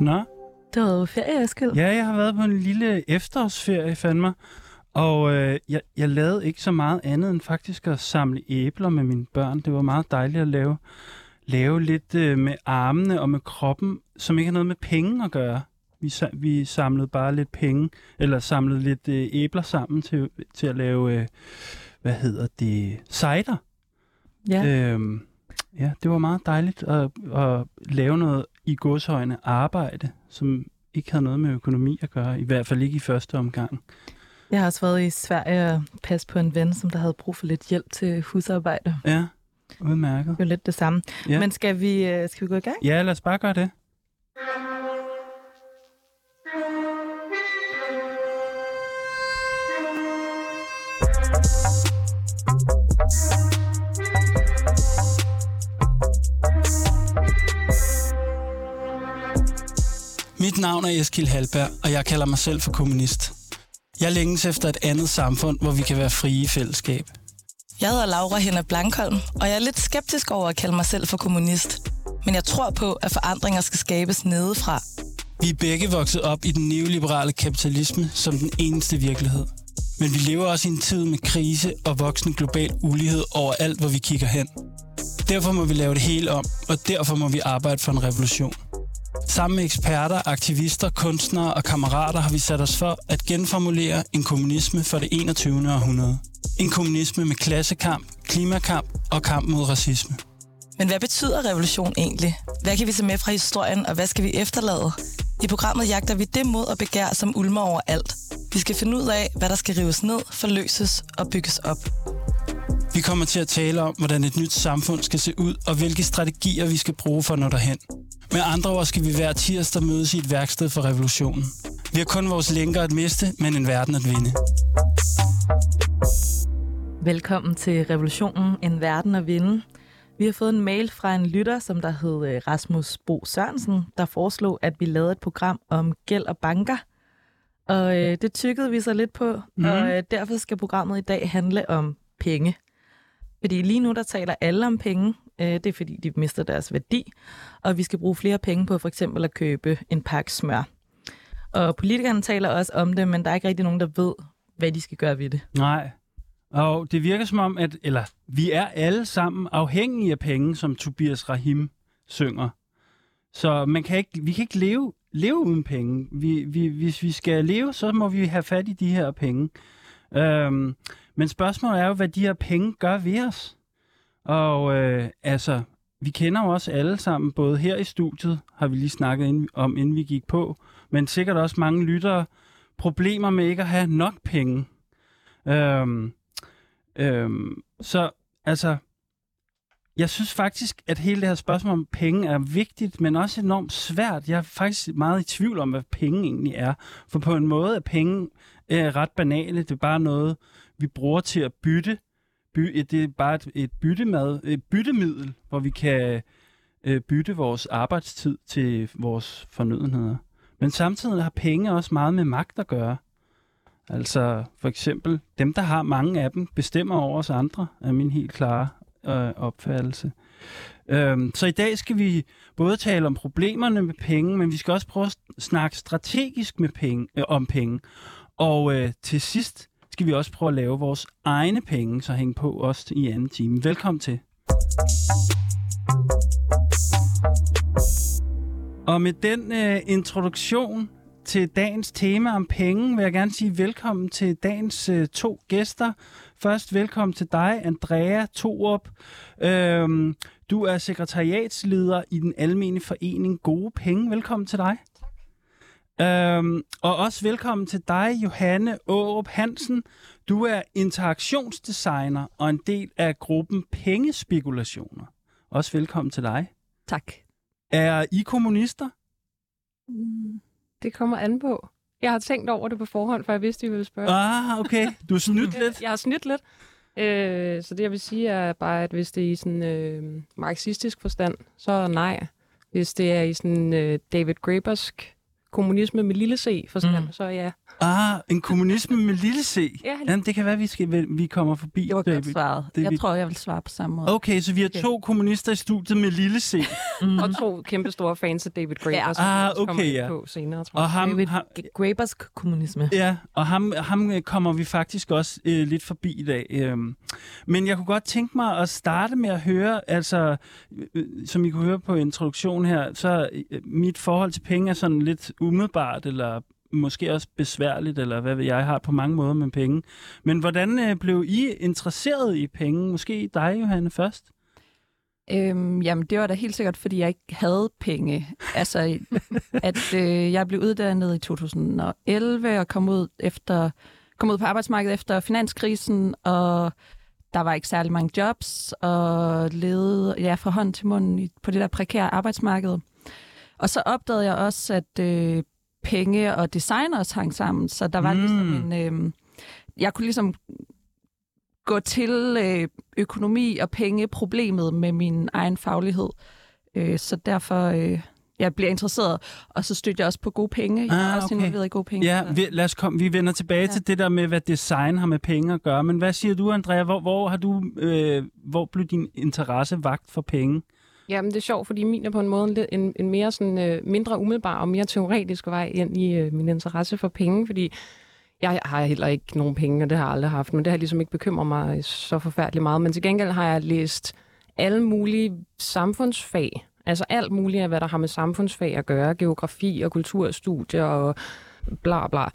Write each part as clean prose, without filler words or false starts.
Nå? Det var jo ferie, Eskild. Ja, jeg har været på en lille efterårsferie, fandme. Og jeg lavede ikke så meget andet end faktisk at samle æbler med mine børn. Det var meget dejligt at lave lidt med armene og med kroppen, som ikke har noget med penge at gøre. Vi samlede bare lidt penge, eller samlede lidt æbler sammen til at lave, cider. Ja. Ja, det var meget dejligt at lave noget i godshøjne arbejde, som ikke havde noget med økonomi at gøre, i hvert fald ikke i første omgang. Jeg har også været i Sverige og passet på en ven, som der havde brug for lidt hjælp til husarbejde. Ja, udmærket. Det er jo lidt det samme. Ja. Men skal vi gå i gang? Ja, lad os bare gøre det. Mit navn er Eskild Halberg, og jeg kalder mig selv for kommunist. Jeg længes efter et andet samfund, hvor vi kan være frie i fællesskab. Jeg hedder Laura Henna Blankholm, og jeg er lidt skeptisk over at kalde mig selv for kommunist. Men jeg tror på, at forandringer skal skabes nedefra. Vi er begge vokset op i den neoliberale kapitalisme som den eneste virkelighed. Men vi lever også i en tid med krise og voksende global ulighed overalt, hvor vi kigger hen. Derfor må vi lave det hele om, og derfor må vi arbejde for en revolution. Sammen med eksperter, aktivister, kunstnere og kammerater har vi sat os for at genformulere en kommunisme for det 21. århundrede. En kommunisme med klassekamp, klimakamp og kamp mod racisme. Men hvad betyder revolution egentlig? Hvad kan vi se med fra historien, og hvad skal vi efterlade? I programmet jagter vi det mod og begær, som ulmer over alt. Vi skal finde ud af, hvad der skal rives ned, forløses og bygges op. Vi kommer til at tale om, hvordan et nyt samfund skal se ud, og hvilke strategier vi skal bruge for at nå derhen. Med andre ord skal vi hver tirsdag mødes i et værksted for revolutionen. Vi har kun vores lænker at miste, men en verden at vinde. Velkommen til Revolutionen, en verden at vinde. Vi har fået en mail fra en lytter, som der hed Rasmus Bo Sørensen, der foreslog, at vi lavede et program om gæld og banker. Og det tykkede vi så lidt på, og derfor skal programmet i dag handle om penge. Fordi lige nu, der taler alle om penge. Det er fordi, de mister deres værdi, og vi skal bruge flere penge på for eksempel at købe en pakke smør. Og politikerne taler også om det, men der er ikke rigtig nogen, der ved, hvad de skal gøre ved det. Nej, og det virker som om, vi er alle sammen afhængige af penge, som Tobias Rahim synger. Så vi kan ikke leve uden penge. Hvis vi skal leve, så må vi have fat i de her penge. Men spørgsmålet er jo, hvad de her penge gør ved os. Og vi kender jo også alle sammen, både her i studiet, har vi lige snakket om, inden vi gik på, men sikkert også mange lyttere, problemer med ikke at have nok penge. Jeg synes faktisk, at hele det her spørgsmål om penge er vigtigt, men også enormt svært. Jeg er faktisk meget i tvivl om, hvad penge egentlig er. For på en måde er penge ret banale. Det er bare noget, vi bruger til at bytte. Det er bare et byttemiddel, hvor vi kan bytte vores arbejdstid til vores fornødenheder. Men samtidig har penge også meget med magt at gøre. Altså for eksempel, dem der har mange af dem, bestemmer over os andre, er min helt klare opfattelse. Så i dag skal vi både tale om problemerne med penge, men vi skal også prøve at snakke strategisk med om penge. Og til sidst skal vi også prøve at lave vores egne penge, så hæng på os i anden time. Velkommen til. Og med den introduktion til dagens tema om penge, vil jeg gerne sige velkommen til dagens to gæster. Først velkommen til dig, Andrea Thorup. Du er sekretariatsleder i den almene forening Gode Penge. Velkommen til dig. Og også velkommen til dig, Johanne Aarup Hansen. Du er interaktionsdesigner og en del af gruppen Pengespekulationer. Også velkommen til dig. Tak. Er I kommunister? Det kommer an på. Jeg har tænkt over det på forhånd, for jeg vidste, I ville spørge. Okay. Du har snydt lidt. Jeg har snydt lidt. Så det, jeg vil sige, er bare, at hvis det er i sådan marxistisk forstand, så nej. Hvis det er i sådan David Graebersk kommunisme med lille c, forstand, så ja. En kommunisme med lille c? Ja. Jamen, det kan være, vi kommer forbi. Det var godt svaret. Jeg tror, jeg vil svare på samme måde. Okay, så vi har 2 kommunister i studiet med lille c. Og 2 kæmpe store fans af David Graeber, som kommer på senere, tror jeg. Og David Graebers kommunisme. Ja, og ham kommer vi faktisk også lidt forbi i dag. Men jeg kunne godt tænke mig at starte med at høre, altså, som I kunne høre på introduktionen her, så mit forhold til penge er sådan lidt umiddelbart, eller måske også besværligt, eller hvad ved jeg, har på mange måder med penge. Men hvordan blev I interesseret i penge? Måske dig, Johanne, først? Jamen, det var da helt sikkert, fordi jeg ikke havde penge. Altså, at jeg blev uddannet i 2011 og kom ud på arbejdsmarkedet efter finanskrisen, og der var ikke særlig mange jobs, og levede fra hånd til munden på det der prekære arbejdsmarked. Og så opdagede jeg også, at penge og design også hang sammen, så der var ligesom jeg kunne ligesom gå til økonomi og pengeproblemet med min egen faglighed. Så derfor jeg bliver interesseret, og så støtter jeg også på gode penge. Jeg er også involveret i gode penge. Ja, lad os komme. Vi vender tilbage til det der med, hvad design har med penge at gøre. Men hvad siger du, Andrea? Hvor blev din interesse vakt for penge? Jamen, det er sjovt, fordi min er på en måde en mere sådan, mindre umiddelbar og mere teoretisk vej ind i min interesse for penge, fordi jeg har heller ikke nogen penge, og det har jeg aldrig haft, men det har ligesom ikke bekymret mig så forfærdeligt meget. Men til gengæld har jeg læst alle mulige samfundsfag, altså alt muligt af, hvad der har med samfundsfag at gøre, geografi og kulturstudier og bla bla,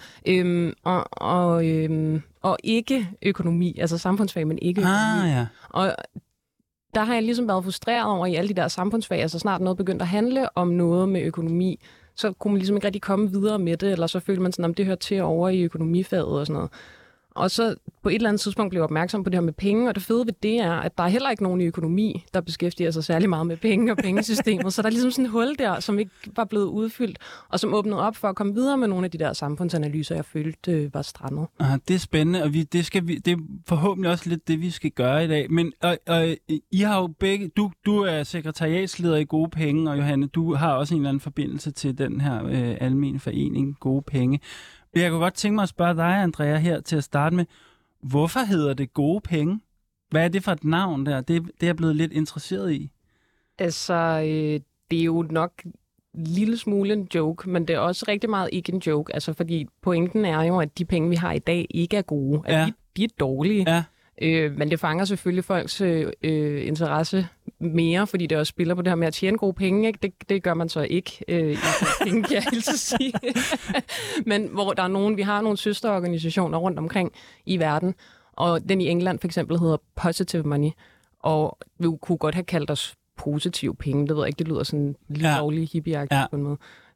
og ikke økonomi, altså samfundsfag, men ikke økonomi. Ja. Og der har jeg ligesom været frustreret over i alle de der samfundsfag, altså snart noget begyndte at handle om noget med økonomi, så kunne man ligesom ikke rigtig komme videre med det, eller så følte man sådan, om det hører til over i økonomifaget og sådan noget. Og så på et eller andet tidspunkt blev jeg opmærksom på det her med penge, og det fede ved det er, at der er heller ikke nogen i økonomi, der beskæftiger sig særlig meget med penge og pengesystemet. Så der er ligesom sådan et hul der, som ikke var blevet udfyldt, og som åbnede op for at komme videre med nogle af de der samfundsanalyser, jeg følte var strandet. Det er spændende, og det er forhåbentlig også lidt det, vi skal gøre i dag. Men I har jo begge, du er sekretariatsleder i Gode Penge, og Johanne, du har også en eller anden forbindelse til den her almene forening Gode Penge. Jeg kunne godt tænke mig at spørge dig, Andrea, her til at starte med. Hvorfor hedder det Gode Penge? Hvad er det for et navn der? Det er jeg blevet lidt interesseret i. Altså, det er jo nok en lille smule en joke, men det er også rigtig meget ikke en joke. Altså, fordi pointen er jo, at de penge, vi har i dag, ikke er gode. At de er dårlige. Ja. Men det fanger selvfølgelig folks interesse mere, fordi det også spiller på det her med at tjene gode penge. Ikke? Det gør man så ikke i penge, kan jeg hilse sige. Men hvor der er nogen, vi har nogle søsterorganisationer rundt omkring i verden, og den i England for eksempel hedder Positive Money, og vi kunne godt have kaldt os positive penge. Det ved jeg ikke, det lyder sådan lidt dårligt hippieagtigt på en måde.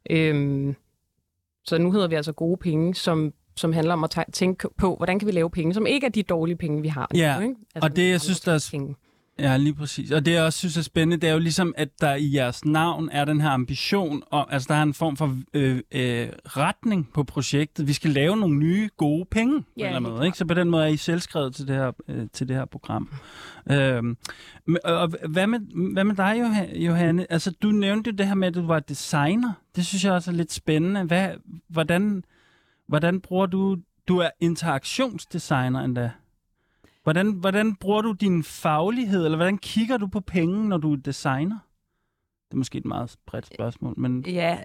Så nu hedder vi altså Gode Penge, som handler om at tænke på, hvordan kan vi lave penge, som ikke er de dårlige penge, vi har. Ja, ikke? Altså, og det, jeg synes, der er... Ja, lige præcis. Og det, jeg også synes er spændende, det er jo ligesom, at der i jeres navn er den her ambition, og altså der er en form for retning på projektet. Vi skal lave nogle nye, gode penge, på en eller anden måde, ikke? Så på den måde er I selvskrevet til det her program. Og hvad med dig, Johanne? Altså, du nævnte det her med, at du var designer. Det synes jeg også er lidt spændende. Hvordan bruger du er interaktionsdesigner endda? Hvordan bruger du din faglighed, eller hvordan kigger du på penge, når du er designer? Det er måske et meget bredt spørgsmål, men... Ja,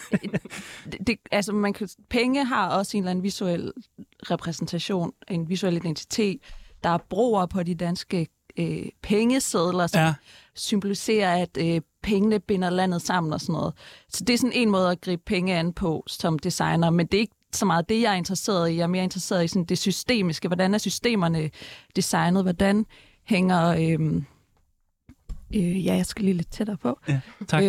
altså, penge har også en eller anden visuel repræsentation, en visuel identitet. Der er broer på de danske pengesedler, som symboliserer, at pengene binder landet sammen og sådan noget. Så det er sådan en måde at gribe penge an på som designer, men det er ikke så meget det, jeg er interesseret i. Jeg er mere interesseret i sådan det systemiske. Hvordan er systemerne designet? Hvordan hænger... jeg skal lige lidt tættere på. Ja, tak.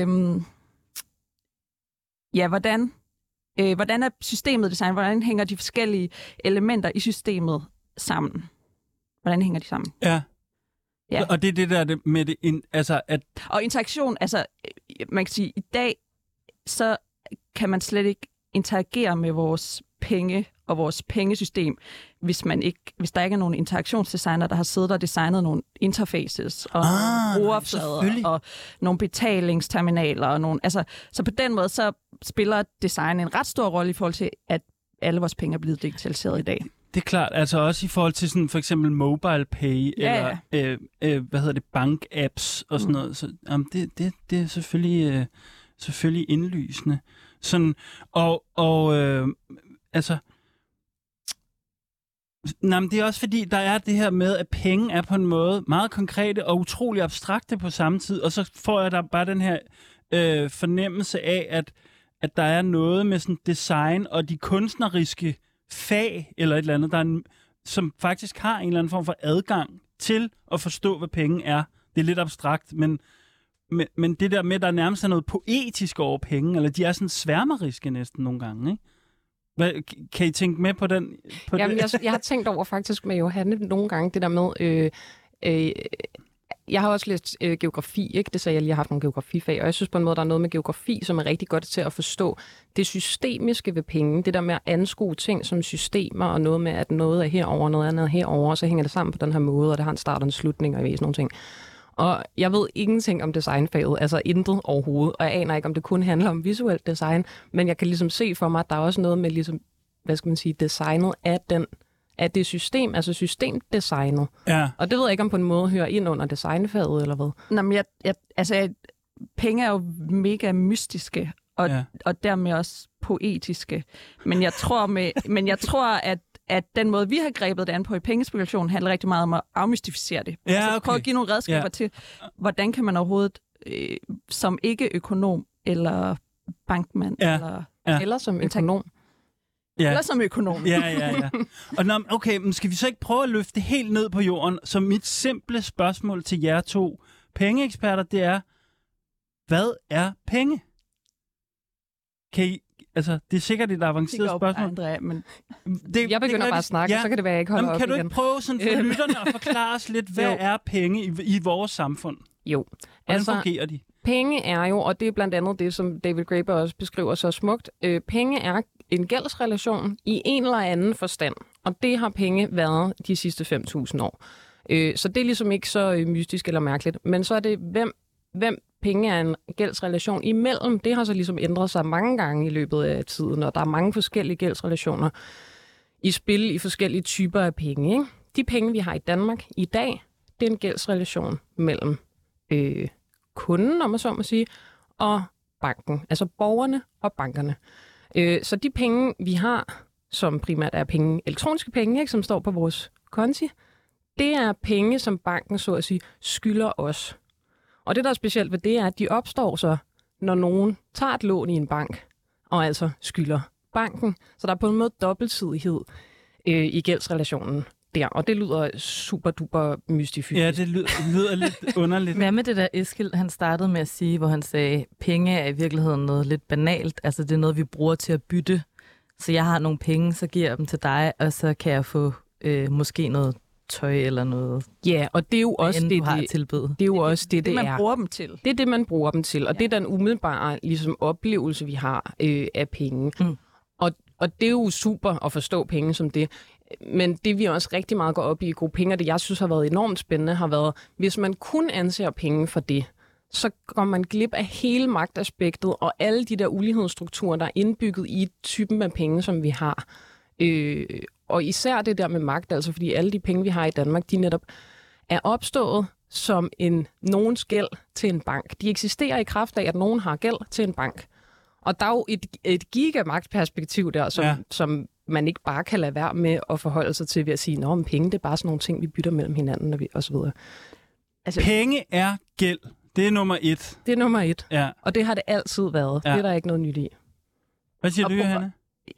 Hvordan er systemet designet? Hvordan hænger de forskellige elementer i systemet sammen? Hvordan hænger de sammen? Ja. Og det er det der med det... Og interaktion, altså man kan sige, i dag, så kan man slet ikke interagere med vores penge og vores pengesystem, hvis der ikke er nogen interaktionsdesigner, der har siddet og designet nogle interfaces og nogle brugerflader og nogle betalingsterminaler og nogle, altså, så på den måde så spiller design en ret stor rolle i forhold til, at alle vores penge er blevet digitaliseret i dag. Det er klart, altså også i forhold til sådan for eksempel mobile pay, eller bank-apps og sådan noget. Så det er selvfølgelig indlysende. Sådan, men det er også fordi, der er det her med, at penge er på en måde meget konkrete og utrolig abstrakte på samme tid, og så får jeg der bare den her fornemmelse af, at der er noget med sådan design og de kunstneriske fag, eller et eller andet, som faktisk har en eller anden form for adgang til at forstå, hvad penge er. Det er lidt abstrakt, men det der med, at der nærmest er noget poetisk over penge, eller de er sådan sværmeriske næsten nogle gange, ikke? Kan I tænke med på den? Jeg har tænkt over faktisk med Johanne nogle gange, det der med... jeg har også læst geografi, ikke? Det sagde jeg lige, jeg har haft nogle geografifag, og jeg synes på en måde, der er noget med geografi, som er rigtig godt til at forstå det systemiske ved penge. Det der med at anskue ting som systemer, og noget med, at noget er herover, noget andet er herover, og så hænger det sammen på den her måde, og det har en start og en slutning, og sådan nogle ting. Og jeg ved ingenting om designfaget, altså intet overhovedet, og jeg aner ikke, om det kun handler om visuelt design, men jeg kan ligesom se for mig, at der er også noget med ligesom, hvad skal man sige, designet af det system, altså systemdesignet. Ja. Og det ved jeg ikke, om på en måde hører ind under designfaget, eller hvad? Nå, men penge er jo mega mystiske, og dermed også poetiske. Men jeg tror, at den måde, vi har grebet det an på i pengespekulation, handler rigtig meget om at afmystificere det. Ja, altså prøve at give nogle redskaber til, hvordan kan man overhovedet, som ikke-økonom eller bankmand, eller som økonom. Eller som økonom. Ja. Og okay, men skal vi så ikke prøve at løfte det helt ned på jorden? Så mit simple spørgsmål til jer to pengeeksperter, det er, hvad er penge? Kan I, altså, det er sikkert et avanceret spørgsmål. Andrea, men jeg begynder bare at snakke, så kan det være, jeg ikke holder op igen. Kan du ikke prøve sådan for lytterne at forklare os lidt, hvad er penge i vores samfund? Jo. Hvordan fungerer de? Penge er jo, og det er blandt andet det, som David Graeber også beskriver så smukt, penge er en gældsrelation i en eller anden forstand, og det har penge været de sidste 5.000 år. Så det er ligesom ikke så mystisk eller mærkeligt, men så er det, hvem penge er en gældsrelation imellem. Det har så ligesom ændret sig mange gange i løbet af tiden, og der er mange forskellige gældsrelationer i spil i forskellige typer af penge. Ikke? De penge, vi har i Danmark i dag, det er en gældsrelation mellem kunden, om man så må sige, og banken, altså borgerne og bankerne. Så de penge, vi har, som primært er penge, elektroniske penge, ikke, som står på vores konti, det er penge, som banken, så at sige, skylder os. Og det, der er specielt ved det, er, at de opstår så, når nogen tager et lån i en bank, og altså skylder banken. Så der er på en måde dobbeltsidighed i gældsrelationen der, og det lyder super duper mystifysisk. Ja, det lyder lidt underligt. Hvad med det der Eskild, han startede med at sige, hvor han sagde, penge er i virkeligheden noget lidt banalt, altså det er noget, vi bruger til at bytte. Så jeg har nogle penge, så giver jeg dem til dig, og så kan jeg få måske noget tøj eller noget. Ja, og det er jo også det, har tilbudt. Det er jo også det man er. Bruger dem til. Det er det, man bruger dem til, og det er den umiddelbare ligesom, oplevelse, vi har af penge. Mm. Og det er jo super at forstå penge som det. Men det, vi også rigtig meget går op i gode penge, og det, jeg synes har været enormt spændende, har været, hvis man kun anser penge for det, så går man glip af hele magtaspektet og alle de der ulighedsstrukturer, der er indbygget i typen af penge, som vi har. Og især det der med magt, altså fordi alle de penge, vi har i Danmark, de netop er opstået som nogens gæld til en bank. De eksisterer i kraft af, at nogen har gæld til en bank. Og der er jo et gigamagtperspektiv der, som man ikke bare kan lade være med at forholde sig til ved at sige, at penge, det er bare sådan nogle ting, vi bytter mellem hinanden og så videre. Altså, penge er gæld. Det er nummer 1. Det er nummer 1. Ja. Og det har det altid været. Ja. Det er der ikke noget nyt i. Hvad siger du, Johanne?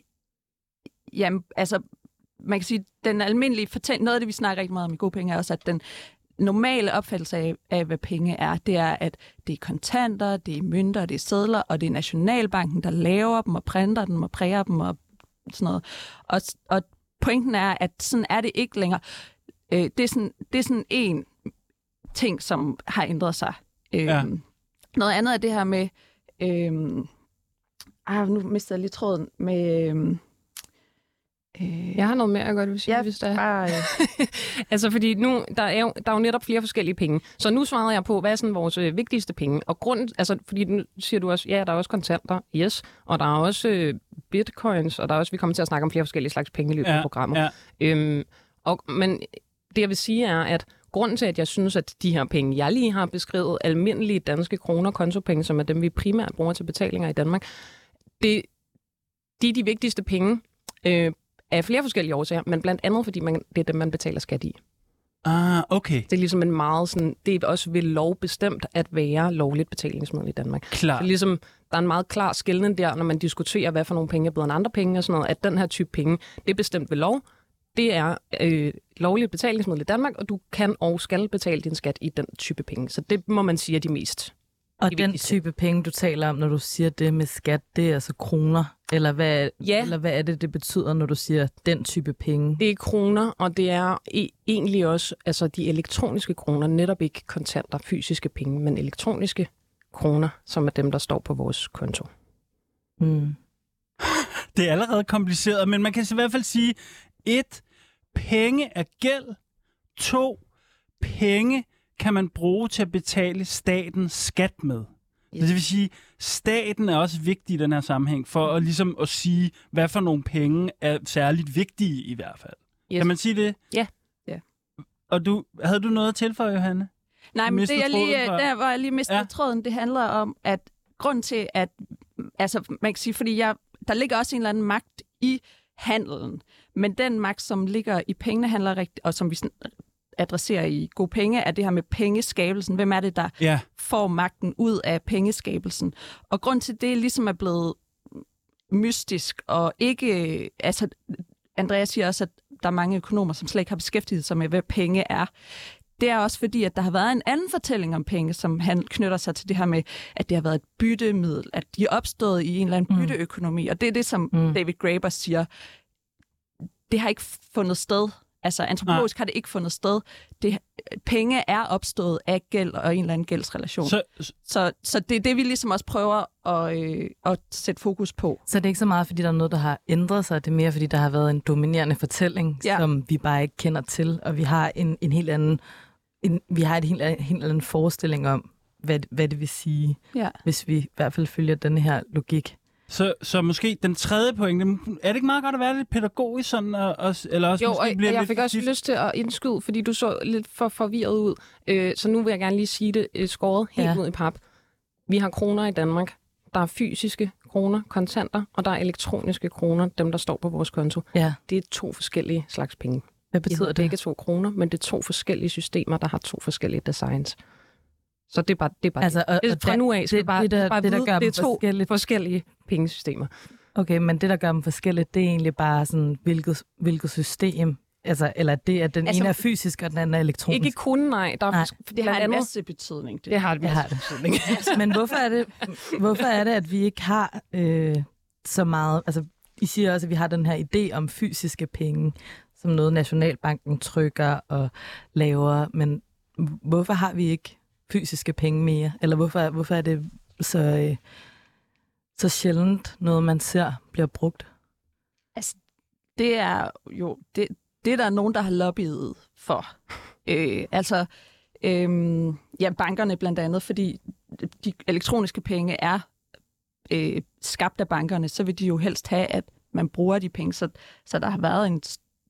Jamen, altså, man kan sige, den almindelige noget af det, vi snakker rigtig meget om i gode penge, er også, at den normale opfattelse af, hvad penge er, det er, at det er kontanter, det er mønter, det er sedler, og det er Nationalbanken, der laver dem og printer dem og præger dem og sådan noget. Og pointen er, at sådan er det ikke længere. Det er sådan en ting, som har ændret sig. Noget andet er det her med... nu mister jeg lige tråden med... Jeg har noget mere, jeg godt vil sige, hvis det er. Bare, altså, fordi nu, der er jo netop flere forskellige penge. Så nu svarede jeg på, hvad er sådan vores vigtigste penge? Og grunden, altså, fordi nu siger du også, ja, der er også kontanter, yes, og der er også bitcoins, og der er også, vi kommer til at snakke om flere forskellige slags penge i løbet af programmet. Ja. Men det, jeg vil sige, er, at grunden til, at jeg synes, at de her penge, jeg lige har beskrevet, almindelige danske kroner, kontopenge, som er dem, vi primært bruger til betalinger i Danmark, de er de vigtigste penge, af flere forskellige årsager, men blandt andet, fordi det er dem, man betaler skat i. Okay. Det er ligesom en meget sådan, det er også ved lov bestemt at være lovligt betalingsmiddel i Danmark. Klar. Så ligesom, der er en meget klar skelnen der, når man diskuterer, hvad for nogle penge er bedre end andre penge og sådan noget, at den her type penge, det er bestemt ved lov. Det er lovligt betalingsmiddel i Danmark, og du kan og skal betale din skat i den type penge. Så det må man sige er de mest. Og den type penge, du taler om, når du siger det med skat, det er altså kroner? Eller hvad er det betyder, når du siger den type penge? Det er kroner, og det er egentlig også altså de elektroniske kroner, netop ikke kontanter, fysiske penge, men elektroniske kroner, som er dem, der står på vores konto. Mm. Det er allerede kompliceret, men man kan i hvert fald sige, 1. Penge er gæld. 2. Penge kan man bruge til at betale staten skat med. Yes. Det vil sige, staten er også vigtig i den her sammenhæng, for ligesom at sige, hvad for nogle penge er særligt vigtige i hvert fald. Yes. Kan man sige det? Ja. Og havde du noget at tilføje, Johanne? Nej, men det der hvor jeg lige mistede tråden, det handler om, at grund til, at altså, man kan sige, fordi der ligger også en eller anden magt i handelen, men den magt, som ligger i pengene, handler rigtigt, og som vi adresserer i gode penge, er det her med pengeskabelsen. Hvem er det, der får magten ud af pengeskabelsen? Og grund til det ligesom er blevet mystisk, og ikke... Altså, Andreas siger også, at der er mange økonomer, som slet ikke har beskæftiget sig med, hvad penge er. Det er også fordi, at der har været en anden fortælling om penge, som han knytter sig til det her med, at det har været et byttemiddel, at de er opstået i en eller anden bytteøkonomi. Og det er det, som David Graeber siger. Det har ikke fundet sted. Altså antropologisk har det ikke fundet sted. Penge er opstået af gæld og en eller anden gældsrelation. Så det er det, vi ligesom også prøver at sætte fokus på. Så det er ikke så meget, fordi der er noget, der har ændret sig. Det er mere, fordi der har været en dominerende fortælling, som vi bare ikke kender til. Og vi har en helt anden helt anden forestilling om, hvad det vil sige, hvis vi i hvert fald følger denne her logik. Så måske den tredje pointe, er det ikke meget godt at være lidt pædagogisk sådan, eller også jo, måske og jeg fik også lyst til at indskyde, fordi du så lidt for forvirret ud. Så nu vil jeg gerne lige sige det skåret helt ud i pap. Vi har kroner i Danmark. Der er fysiske kroner, kontanter, og der er elektroniske kroner, dem der står på vores konto. Ja. Det er 2 forskellige slags penge. Hvad betyder det? Begge 2 kroner, men det er 2 forskellige systemer, der har 2 forskellige designs. Så det er bare altså, fra nu af skal det, bare, der gør det er 2 forskellige pengesystemer. Okay, men det, der gør dem forskellige, det er egentlig bare sådan, hvilket system, altså, eller det, at den ene er fysisk, og den anden er elektronisk. Ikke kun, nej. Det har en masse betydning. Det har en masse betydning. Men hvorfor er det, at vi ikke har så meget, altså, I siger også, at vi har den her idé om fysiske penge, som noget Nationalbanken trykker og laver, men hvorfor har vi ikke fysiske penge mere? Eller hvorfor er det så sjældent noget, man ser bliver brugt? Altså, det er jo... Det er der nogen, der har lobbyet for. Bankerne blandt andet, fordi de elektroniske penge er skabt af bankerne, så vil de jo helst have, at man bruger de penge. Så der har været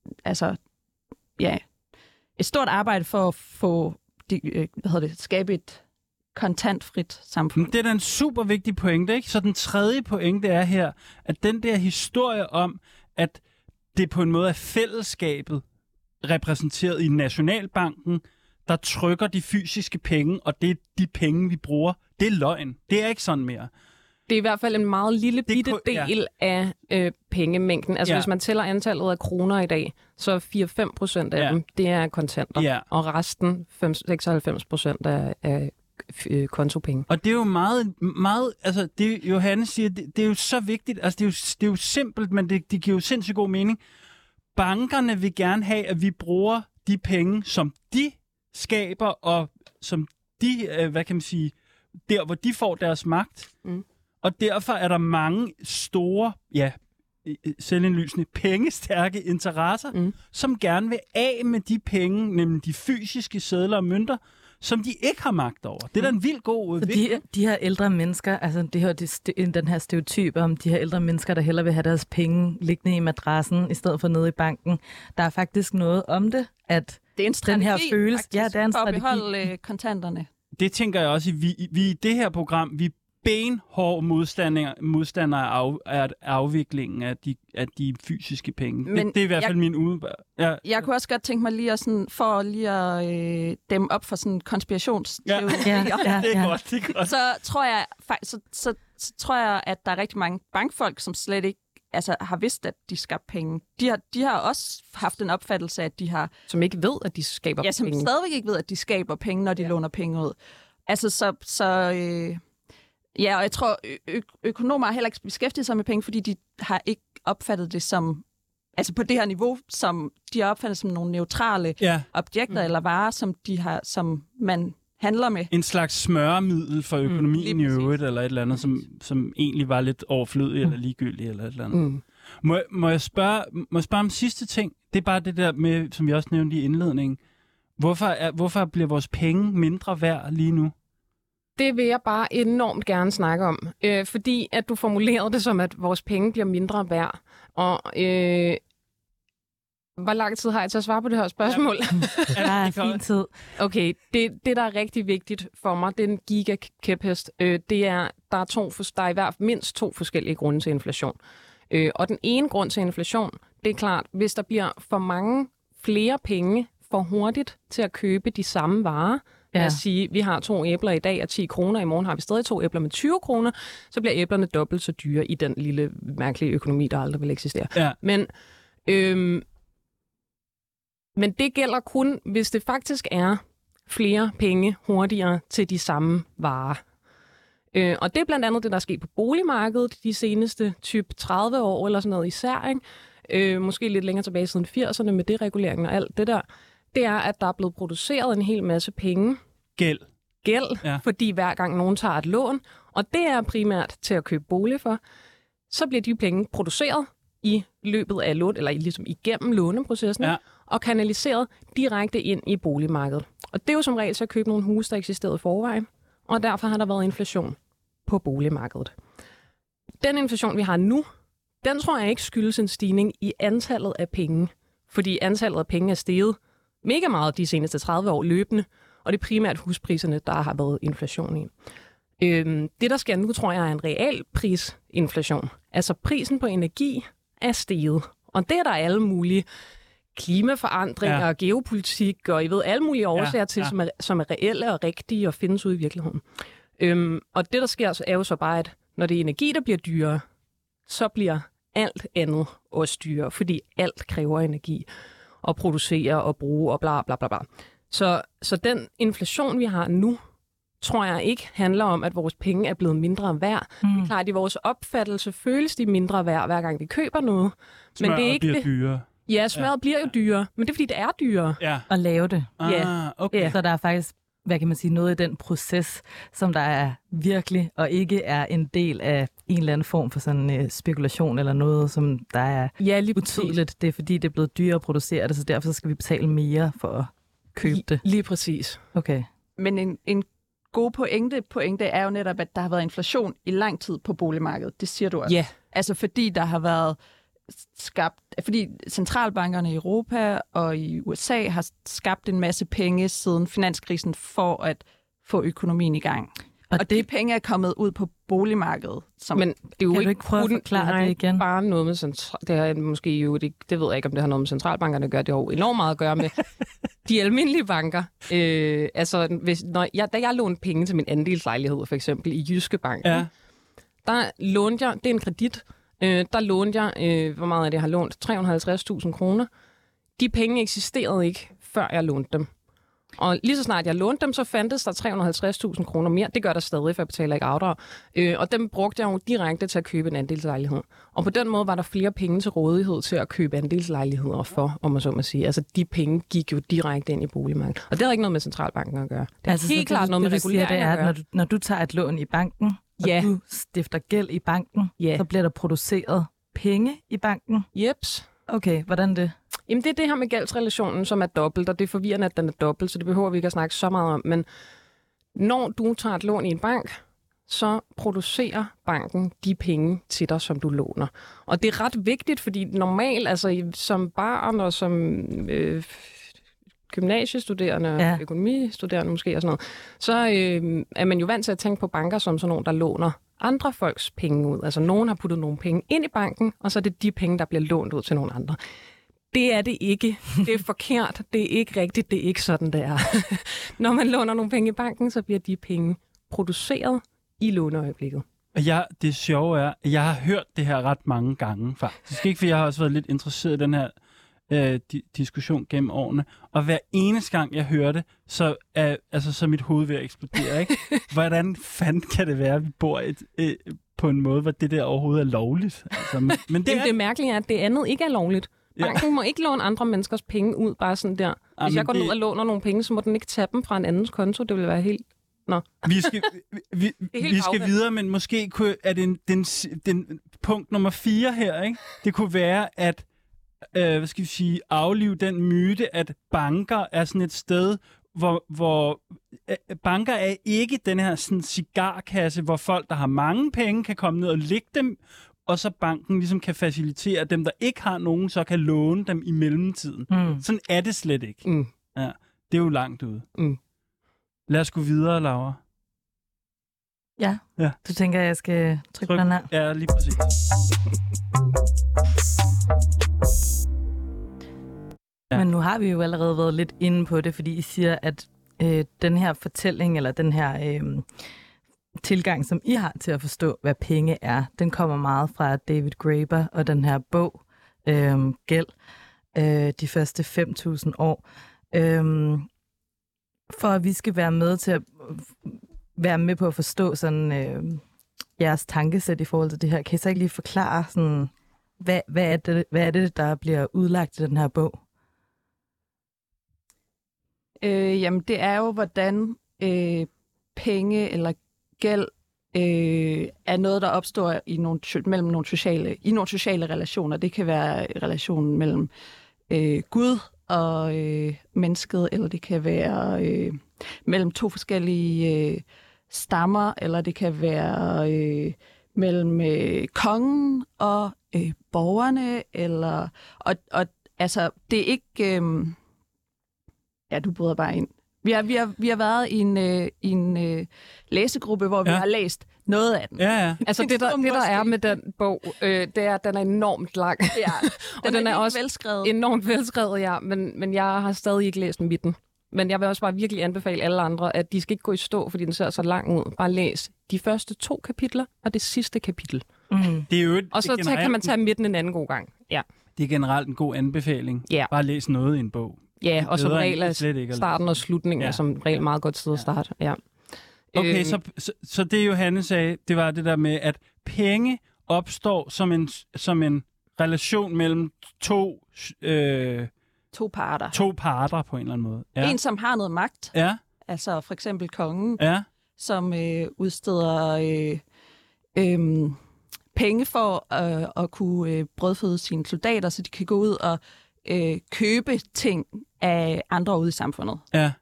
et stort arbejde for at få skabe et kontantfrit samfund. Det er da en super vigtig pointe, ikke? Så den tredje pointe er her, at den der historie om, at det på en måde er fællesskabet repræsenteret i Nationalbanken, der trykker de fysiske penge, og det er de penge, vi bruger. Det er løgn. Det er ikke sådan mere. Det er i hvert fald en meget lille bitte del af pengemængden. Altså hvis man tæller antallet af kroner i dag, så 4-5% af dem, det er kontanter. Og resten, 96% er kontopenge. Og det er jo meget altså det Johanne siger, det er jo så vigtigt, altså det er jo simpelt, men det giver jo sindssygt god mening. Bankerne vil gerne have, at vi bruger de penge, som de skaber, og som de, der hvor de får deres magt. Og derfor er der mange store selvindlysende pengestærke interesser, som gerne vil af med de penge, nemlig de fysiske sedler og mønter, som de ikke har magt over. Det er da en vild god udvikling. De her ældre mennesker, altså den her stereotyp om de her ældre mennesker, der hellere vil have deres penge liggende i madrassen, i stedet for nede i banken. Der er faktisk noget om det, at det er en strategi, den her følelse... Ja, det er en strategi. For at beholde kontanterne. Det tænker jeg også, vi i det her program, vi benhård modstandere af afviklingen af de fysiske penge. Det er i hvert fald min umiddelbare. Ja. Jeg kunne også godt tænke mig lige at dæmme op for sådan konspirationsteorier. Ja, det er godt. Så tror jeg, at der er rigtig mange bankfolk, som slet ikke har vidst, at de skabte penge. De har også haft en opfattelse af, at de har... Som ikke ved, at de skaber penge. Ja, som stadigvæk ikke ved, at de skaber penge, når de låner penge ud. Ja, og jeg tror, økonomer har heller ikke beskæftiget sig med penge, fordi de har ikke opfattet det som, altså på det her niveau, som de har opfattet som nogle neutrale objekter eller varer, som man handler med. En slags smøremiddel for økonomien i øvrigt, eller et eller andet, som egentlig var lidt overflødigt eller ligegyldigt, eller et eller andet. Må jeg spørge om sidste ting? Det er bare det der med, som jeg også nævnte i indledningen. Hvorfor bliver vores penge mindre værd lige nu? Det vil jeg bare enormt gerne snakke om, fordi at du formulerede det som, at vores penge bliver mindre værd. Og hvor lang tid har jeg til at svare på det her spørgsmål? Der er fin tid. Okay, det der er rigtig vigtigt for mig, det er en gigakæphest. Det er, der er i hvert fald mindst 2 forskellige grunde til inflation. Og den ene grund til inflation, det er klart, hvis der bliver for mange flere penge for hurtigt til at købe de samme varer. Lad os sige, vi har 2 æbler i dag og 10 kroner. I morgen har vi stadig 2 æbler med 20 kroner. Så bliver æblerne dobbelt så dyre i den lille mærkelige økonomi, der aldrig vil eksistere. Ja. Men det gælder kun, hvis det faktisk er flere penge hurtigere til de samme varer. Og det er blandt andet det, der er sket på boligmarkedet de seneste typ 30 år eller sådan noget især. Ikke? Måske lidt længere tilbage siden 80'erne med dereguleringen og alt det der. Det er, at der er blevet produceret en hel masse penge. Gæld, fordi hver gang nogen tager et lån, og det er primært til at købe bolig for, så bliver de penge produceret i løbet af lån, eller ligesom igennem låneprocessen, og kanaliseret direkte ind i boligmarkedet. Og det er jo som regel til at købe nogle huse, der eksisterede i forvejen, og derfor har der været inflation på boligmarkedet. Den inflation, vi har nu, den tror jeg ikke skyldes en stigning i antallet af penge, fordi antallet af penge er steget mega meget de seneste 30 år løbende, og det er primært huspriserne, der har været inflation i. Det, der sker nu, tror jeg, er en realprisinflation. Altså prisen på energi er steget, og det er der alle mulige klimaforandringer, geopolitik og I ved alle mulige årsager til, som er reelle og rigtige og findes ude i virkeligheden. Og det, der sker, er jo så bare, at når det er energi, der bliver dyrere, så bliver alt andet også dyrere, fordi alt kræver energi at producere og bruge og bla bla bla bla. Så den inflation, vi har nu, tror jeg ikke handler om, at vores penge er blevet mindre værd. Det er klart, at i vores opfattelse føles de mindre værd, hver gang vi køber noget. Men det er ikke bliver dyrere. Ja, smøret bliver jo dyrere, men det er fordi, det er dyrere. At lave det. Okay. Så der er faktisk, hvad kan man sige, noget i den proces, som der er virkelig, og ikke er en del af en eller anden form for sådan spekulation eller noget, som der er utydeligt. Det er fordi, det er blevet dyrere at producere det, så derfor skal vi betale mere for at købe det. Lige præcis. Okay. Men en god pointe er jo netop, at der har været inflation i lang tid på boligmarkedet. Det siger du også. Ja. Altså fordi der har været fordi centralbankerne i Europa og i USA har skabt en masse penge siden finanskrisen for at få økonomien i gang. Og de penge er kommet ud på boligmarkedet. Men det er jo ikke prøve at forklare det igen? Bare noget med det er måske jo det ved jeg ikke, om det har noget med centralbankerne at gøre. Det har jo enormt meget at gøre med de almindelige banker. Da jeg lånte penge til min andelslejlighed, for eksempel i Jyske Bank, der lånte jeg, det er en kredit, der lånte jeg, hvor meget af det jeg har lånt? 350.000 kroner. De penge eksisterede ikke, før jeg lånte dem. Og lige så snart jeg lånte dem, så fandtes der 350.000 kroner mere. Det gør der stadig, for jeg betaler ikke afdrag. Og dem brugte jeg jo direkte til at købe en andelslejlighed. Og på den måde var der flere penge til rådighed til at købe andelslejligheder for, om man så må sige. Altså de penge gik jo direkte ind i boligmarkedet. Og det har ikke noget med centralbanken at gøre. Det er altså, helt klart noget med regulering at gøre. Når du tager et lån i banken, og du stifter gæld i banken, så bliver der produceret penge i banken? Jeps. Okay, hvordan det? Jamen, det er det her med gældsrelationen, som er dobbelt, og det er forvirrende, at den er dobbelt, så det behøver vi ikke at snakke så meget om. Men når du tager et lån i en bank, så producerer banken de penge til dig, som du låner. Og det er ret vigtigt, fordi normalt, altså som barn og som gymnasiestuderende, økonomistuderende måske og sådan noget, så er man jo vant til at tænke på banker som sådan nogle, der låner andre folks penge ud. Altså nogen har puttet nogle penge ind i banken, og så er det de penge, der bliver lånt ud til nogle andre. Det er det ikke. Det er forkert. Det er ikke rigtigt. Det er ikke sådan, det er. Når man låner nogle penge i banken, så bliver de penge produceret i låneøjeblikket. Det sjove er, at jeg har hørt det her ret mange gange faktisk. Ikke fordi jeg har også været lidt interesseret i den her diskussion gennem årene. Og hver eneste gang, jeg hører det, så er mit hoved ved at eksplodere. Ikke? Hvordan fanden kan det være, at vi bor på en måde, hvor det der overhovedet er lovligt? Altså, men det mærkelige er, at det andet ikke er lovligt. Banken må ikke låne andre menneskers penge ud, bare sådan der. Hvis jeg går ned og låner nogle penge, så må den ikke tage dem fra en andens konto. Det vil være helt... Nå. Vi skal videre, men måske er det den punkt nummer 4 her, ikke? Det kunne være at aflive den myte, at banker er sådan et sted, hvor banker er ikke den her sådan cigarkasse, hvor folk, der har mange penge, kan komme ned og lægge dem, og så banken ligesom kan facilitere, at dem, der ikke har nogen, så kan låne dem i mellemtiden. Sådan er det slet ikke. Ja, det er jo langt ude. Lad os gå videre, Laura. Ja. Du tænker, at jeg skal trykke den her? Ja, lige præcis. Ja. Men nu har vi jo allerede været lidt inde på det, fordi I siger, at den her fortælling, eller den her tilgang, som I har til at forstå, hvad penge er, den kommer meget fra David Graeber og den her bog, Gæld, de første 5.000 år. For at vi skal være med til at være med på at forstå sådan jeres tankesæt i forhold til det her, kan I så ikke lige forklare, sådan, hvad er det, der bliver udlagt i den her bog? Jamen, det er jo, hvordan penge eller gæld er noget, der opstår i mellem nogle sociale relationer. Det kan være relationen mellem Gud og mennesket, eller det kan være mellem to forskellige stammer, eller det kan være mellem kongen og borgerne, eller og altså det er ikke ja, du bryder bare ind. Vi har været i en læsegruppe, hvor vi har læst noget af den. Ja. Altså det der er med den bog, det er, at den er enormt lang. Ja. Og den er også velskrevet. Enormt velskrevet, ja. Men jeg har stadig ikke læst midten. Men jeg vil også bare virkelig anbefale alle andre, at de skal ikke gå i stå, fordi den ser så lang ud. Bare læs de første 2 kapitler og det sidste kapitel. Det er jo og så kan man tage midten en anden god gang. Ja. Det er generelt en god anbefaling. Ja. Bare læs noget i en bog. Ja, og som regel er starten og slutningen er som regel meget godt sted at starte. Ja. Okay, så det Johanne sagde, det var det der med, at penge opstår som en relation mellem to parter. To parter på en eller anden måde. Ja. En, som har noget magt. Ja. Altså for eksempel kongen, som udsteder penge for at kunne brødføde sine soldater, så de kan gå ud og købe ting af andre ude i samfundet. Ja.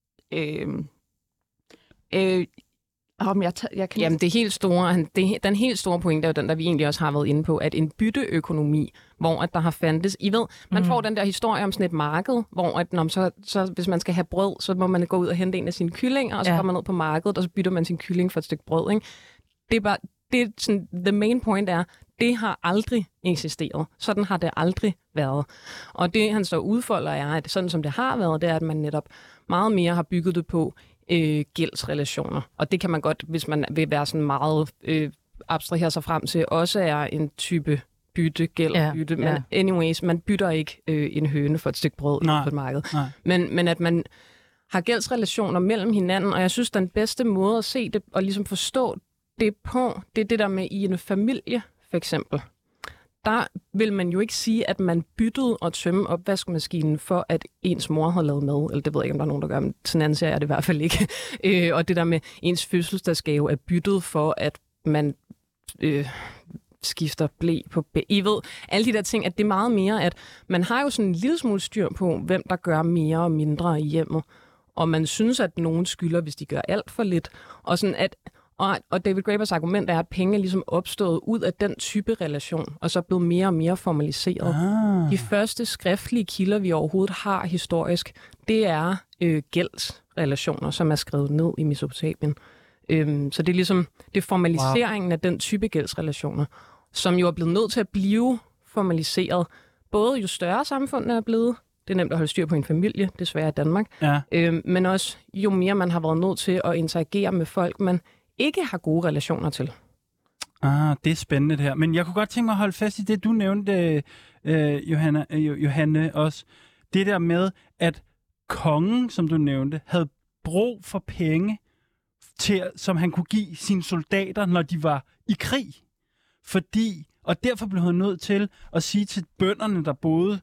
Jamen det helt store, den helt store pointe er jo den, der vi egentlig også har været inde på, at en bytteøkonomi, hvor at der har fandtes, I ved, man får den der historie om sådan et marked, hvor at, så hvis man skal have brød, så må man gå ud og hente en af sine kyllinger, og så kommer man ned på markedet, og så bytter man sin kylling for et stykke brød. Ikke? Det er bare, det er sådan, the main point er, det har aldrig eksisteret. Sådan har det aldrig været. Og det, han så udfolder, er, at sådan som det har været, det er, at man netop meget mere har bygget det på gældsrelationer. Og det kan man godt, hvis man vil være sådan meget abstrahere sig frem til, også er en type bytte. Men anyways, man bytter ikke en høne for et stykke brød på et marked. Men at man har gældsrelationer mellem hinanden, og jeg synes, den bedste måde at se det og ligesom forstå det på, det er det der med i en familie, for eksempel. Der vil man jo ikke sige, at man byttede at tømme opvaskemaskinen for, at ens mor havde lavet mad. Eller det ved jeg ikke, om der er nogen, der gør, men sådan anser jeg det i hvert fald ikke. Og det der med ens fødselsdagsgave er byttet for, at man skifter blæ på I ved, alle de der ting, at det er meget mere, at man har jo sådan en lille smule styr på, hvem der gør mere og mindre i hjemmet. Og man synes, at nogen skylder, hvis de gør alt for lidt. Og, sådan at, og David Grabers argument er, at penge er ligesom opstået ud af den type relation, og så er blevet mere og mere formaliseret. De første skriftlige kilder, vi overhovedet har historisk, det er gældsrelationer, som er skrevet ned i Mesopotamien. Så det er ligesom det er formaliseringen af den type gældsrelationer, som jo er blevet nødt til at blive formaliseret, både jo større samfundet er blevet, det er nemt at holde styr på en familie, desværre i Danmark, men også jo mere man har været nødt til at interagere med folk, man ikke har gode relationer til. Det er spændende det her. Men jeg kunne godt tænke mig at holde fast i det, du nævnte, Johanne, også. Det der med, at kongen, som du nævnte, havde brug for penge, som han kunne give sine soldater, når de var i krig. Og derfor blev han nødt til at sige til bønderne, der boede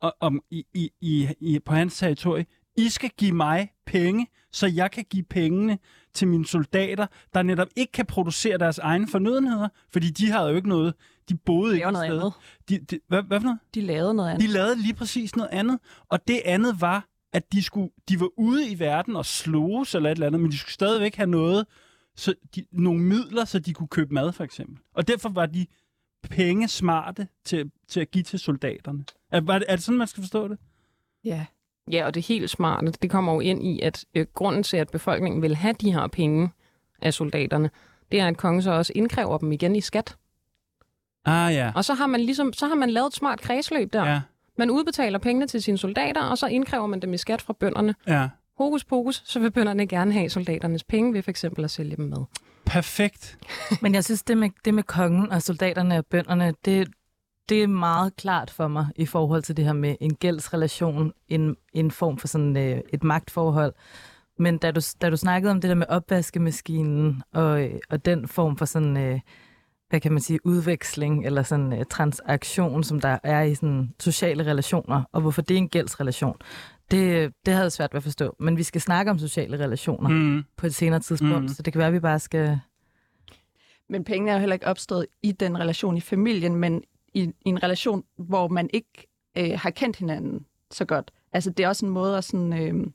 på hans territorie, I skal give mig penge, så jeg kan give pengene til mine soldater, der netop ikke kan producere deres egne fornødenheder, fordi de havde jo ikke noget. De boede ikke noget sted. Hvad for noget? De lavede noget andet. De lavede lige præcis noget andet. Og det andet var, at de var ude i verden og sloges eller et eller andet, men de skulle stadigvæk have noget, nogle midler, så de kunne købe mad, for eksempel. Og derfor var de penge smarte til at give til soldaterne. Er det sådan, man skal forstå det? Ja. Ja, og det helt smarte, det kommer jo ind i, at grunden til, at befolkningen vil have de her penge af soldaterne, det er, at kongen så også indkræver dem igen i skat. Ja. Og så har man lavet et smart kredsløb der. Ja. Man udbetaler pengene til sine soldater, og så indkræver man dem i skat fra bønderne. Ja. Hokus pokus, så vil bønderne gerne have soldaternes penge ved for eksempel at sælge dem med. Perfekt. Men jeg synes, det med kongen og soldaterne og bønderne, det er meget klart for mig i forhold til det her med en gældsrelation, en form for sådan et magtforhold. Men da du snakkede om det der med opvaskemaskinen og den form for sådan, hvad kan man sige, udveksling eller sådan transaktion, som der er i sådan sociale relationer, og hvorfor det er en gældsrelation, det havde jeg svært ved at forstå. Men vi skal snakke om sociale relationer på et senere tidspunkt, så det kan være, at vi bare skal... Men pengene er jo heller ikke opstået i den relation i familien, men i en relation, hvor man ikke har kendt hinanden så godt. Altså, det er også en måde at sådan,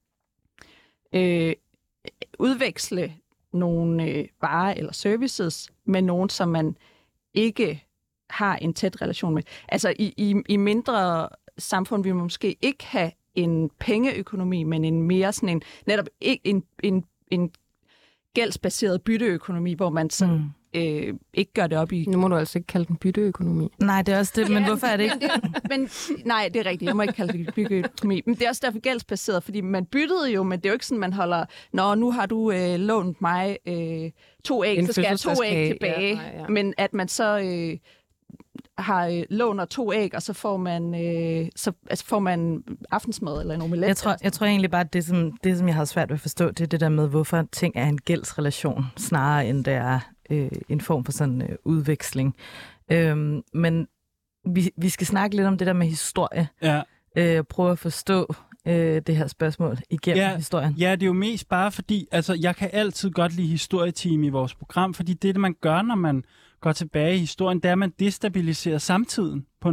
udveksle nogle varer eller services med nogen, som man ikke har en tæt relation med. Altså, i mindre samfund vil man måske ikke have en pengeøkonomi, men en mere sådan en, netop en gældsbaseret bytteøkonomi, hvor man sådan, ikke gør det op i... Nu må du altså ikke kalde den bytteøkonomi. Nej, det er også det, men hvorfor er det ikke? Nej, det er rigtigt. Jeg må ikke kalde det bytteøkonomi. Men det er også derfor gældsbaseret, fordi man byttede jo, men det er jo ikke sådan, man holder... Nu har du lånt mig 2 æg, så skal jeg 2 æg tilbage. Ja. Men at man så... har låner 2 æg, og så får man aftensmad eller en omelet. Jeg tror egentlig bare, at det, som jeg har svært ved at forstå, det er det der med, hvorfor ting er en gældsrelation, snarere end det er en form for sådan udveksling. Men vi skal snakke lidt om det der med historie. Ja. Prøve at forstå det her spørgsmål igennem historien. Ja, det er jo mest bare fordi, altså jeg kan altid godt lide historieteam i vores program, fordi det man gør, når man går tilbage i historien, det er, at man destabiliserer samtiden på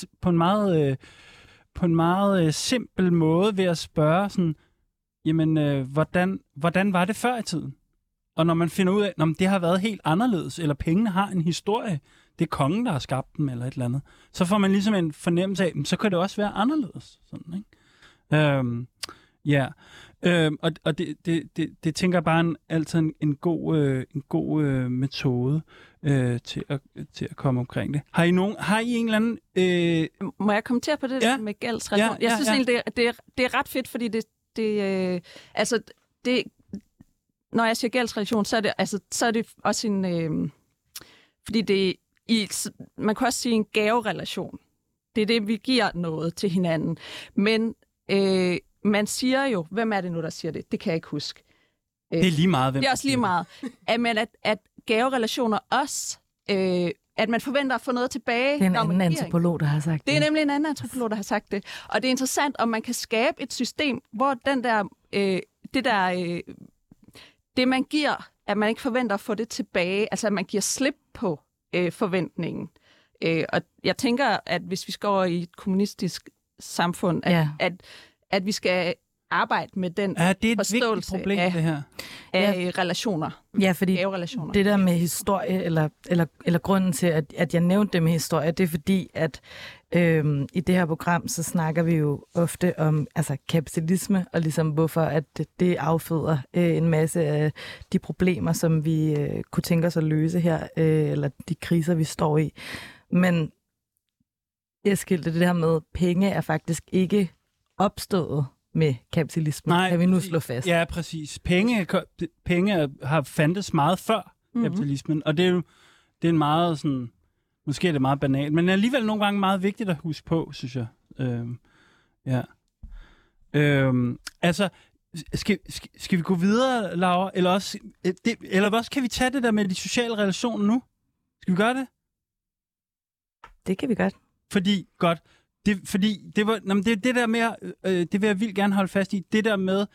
en meget simpel måde ved at spørge sådan, jamen, hvordan var det før i tiden? Og når man finder ud af, at det har været helt anderledes, eller pengene har en historie, det er kongen, der har skabt dem, eller et eller andet, så får man ligesom en fornemmelse af, så kan det også være anderledes. Sådan, ikke? Og det tænker jeg bare altid en god metode til at komme omkring det. Har I en eller anden... Må jeg kommentere på det der med gældsrelation? Jeg synes egentlig, det er ret fedt, fordi når jeg siger gældsrelation, så er det også en... fordi man kan også sige en gaverelation. Det er det, vi giver noget til hinanden. Men man siger jo, hvem er det nu, der siger det? Det kan jeg ikke huske. Det er lige meget, hvem det er også lige meget. At gaverelationer også, at man forventer at få noget tilbage. Det er en anden antropolog, der har sagt det. Det er nemlig en anden antropolog, der har sagt det. Og det er interessant, om man kan skabe et system, hvor det man giver, at man ikke forventer at få det tilbage, altså at man giver slip på forventningen. Og jeg tænker, at hvis vi skal over i et kommunistisk samfund, at vi skal arbejde med den forståelse problem, det her. af relationer. Ja, fordi det der med historie, eller grunden til, at jeg nævnte det med historie, det er fordi, at i det her program, så snakker vi jo ofte om kapitalisme, og ligesom hvorfor at det afføder en masse af de problemer, som vi kunne tænke os at løse her, eller de kriser, vi står i. Men Eskild, det der med penge er faktisk ikke opstået med kapitalismen, kan vi nu slå fast. Ja, præcis. Penge har fandtes meget før kapitalismen, og det er en meget sådan, måske er det meget banalt, men alligevel nogle gange meget vigtigt at huske på, synes jeg. Skal vi gå videre, Laura? Eller også kan vi tage det der med de sociale relationer nu? Skal vi gøre det? Det kan vi godt. Fordi det der med, det vil jeg vildt gerne holde fast i, det der med,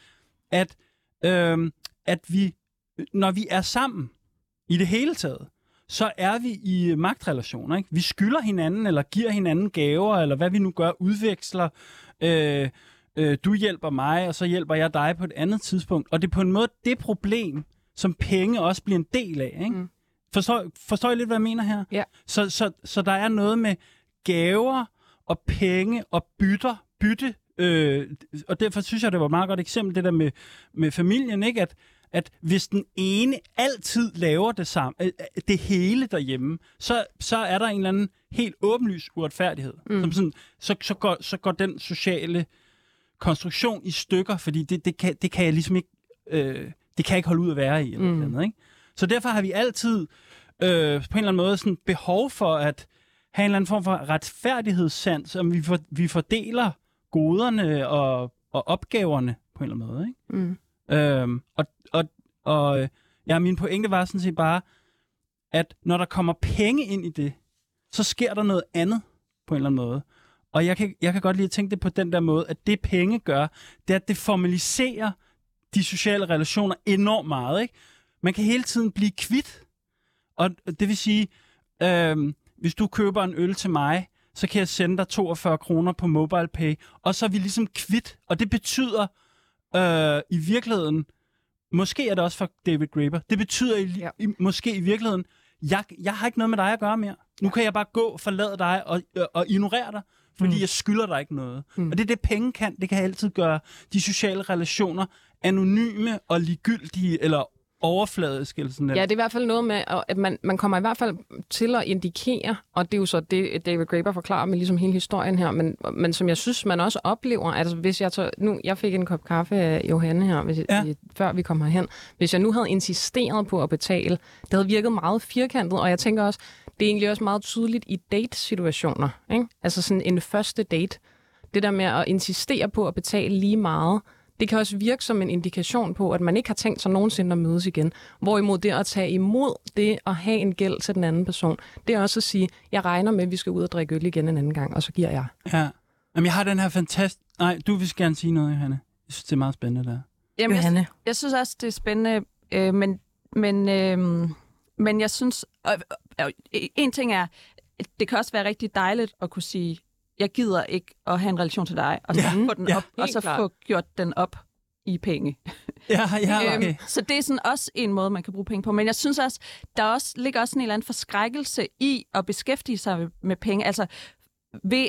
at vi, når vi er sammen i det hele taget, så er vi i magtrelationer, ikke? Vi skylder hinanden, eller giver hinanden gaver, eller hvad vi nu gør, udveksler. Du hjælper mig, og så hjælper jeg dig på et andet tidspunkt. Og det er på en måde det problem, som penge også bliver en del af, ikke? Forstår I lidt, hvad jeg mener her? Ja. Så der er noget med gaver og penge og bytte. Og derfor synes jeg, det var et meget godt eksempel, det der med familien, ikke? At hvis den ene altid laver det samme, det hele derhjemme, så er der en eller anden helt åbenlys uretfærdighed. Som sådan, så går den sociale konstruktion i stykker, fordi det kan jeg ligesom ikke, det kan jeg ikke holde ud at være i. Eller andet, ikke? Så derfor har vi altid på en eller anden måde sådan behov for at have en eller anden form for retfærdighedssans, om vi fordeler goderne og opgaverne på en eller anden måde. Ikke? Min pointe var sådan set bare, at når der kommer penge ind i det, så sker der noget andet på en eller anden måde. Og jeg kan godt lide at tænke det på den der måde, at det penge gør, det er, at det formaliserer de sociale relationer enormt meget. Ikke? Man kan hele tiden blive kvit. Og det vil sige, hvis du køber en øl til mig, så kan jeg sende dig 42 kroner på MobilePay, og så er vi ligesom kvit. Og det betyder i virkeligheden, måske er det også for David Graeber, det betyder måske i virkeligheden, jeg har ikke noget med dig at gøre mere. Nu kan jeg bare gå, forlade dig og ignorere dig, fordi jeg skylder dig ikke noget. Og det er det, penge kan. Det kan altid gøre de sociale relationer anonyme og ligegyldige, eller overfladisk eller sådan noget. Ja, det er i hvert fald noget med, at man kommer i hvert fald til at indikere, og det er jo så det, David Graeber forklarer med ligesom hele historien her, men som jeg synes, man også oplever, at hvis jeg fik en kop kaffe af Johanne her, før vi kom herhen, hvis jeg nu havde insisteret på at betale, det havde virket meget firkantet, og jeg tænker også, det er egentlig også meget tydeligt i date-situationer, ikke? Altså sådan en første date. Det der med at insistere på at betale lige meget, det kan også virke som en indikation på, at man ikke har tænkt sig nogensinde at mødes igen. Hvorimod det at tage imod det at have en gæld til den anden person, det er også at sige, jeg regner med, at vi skal ud og drikke øl igen en anden gang, og så giver jeg. Ja. Jamen, jeg har den her fantastisk... Nej, du vil gerne sige noget, Johanne. Jeg synes, det er meget spændende der. Jamen, jeg synes også, det er spændende, men jeg synes... En ting er, det kan også være rigtig dejligt at kunne sige, jeg gider ikke at have en relation til dig, og så få den op, og så få gjort den op i penge. Okay. Så det er sådan også en måde, man kan bruge penge på. Men jeg synes også, ligger også en eller anden forskrækkelse i at beskæftige sig med penge. Altså ved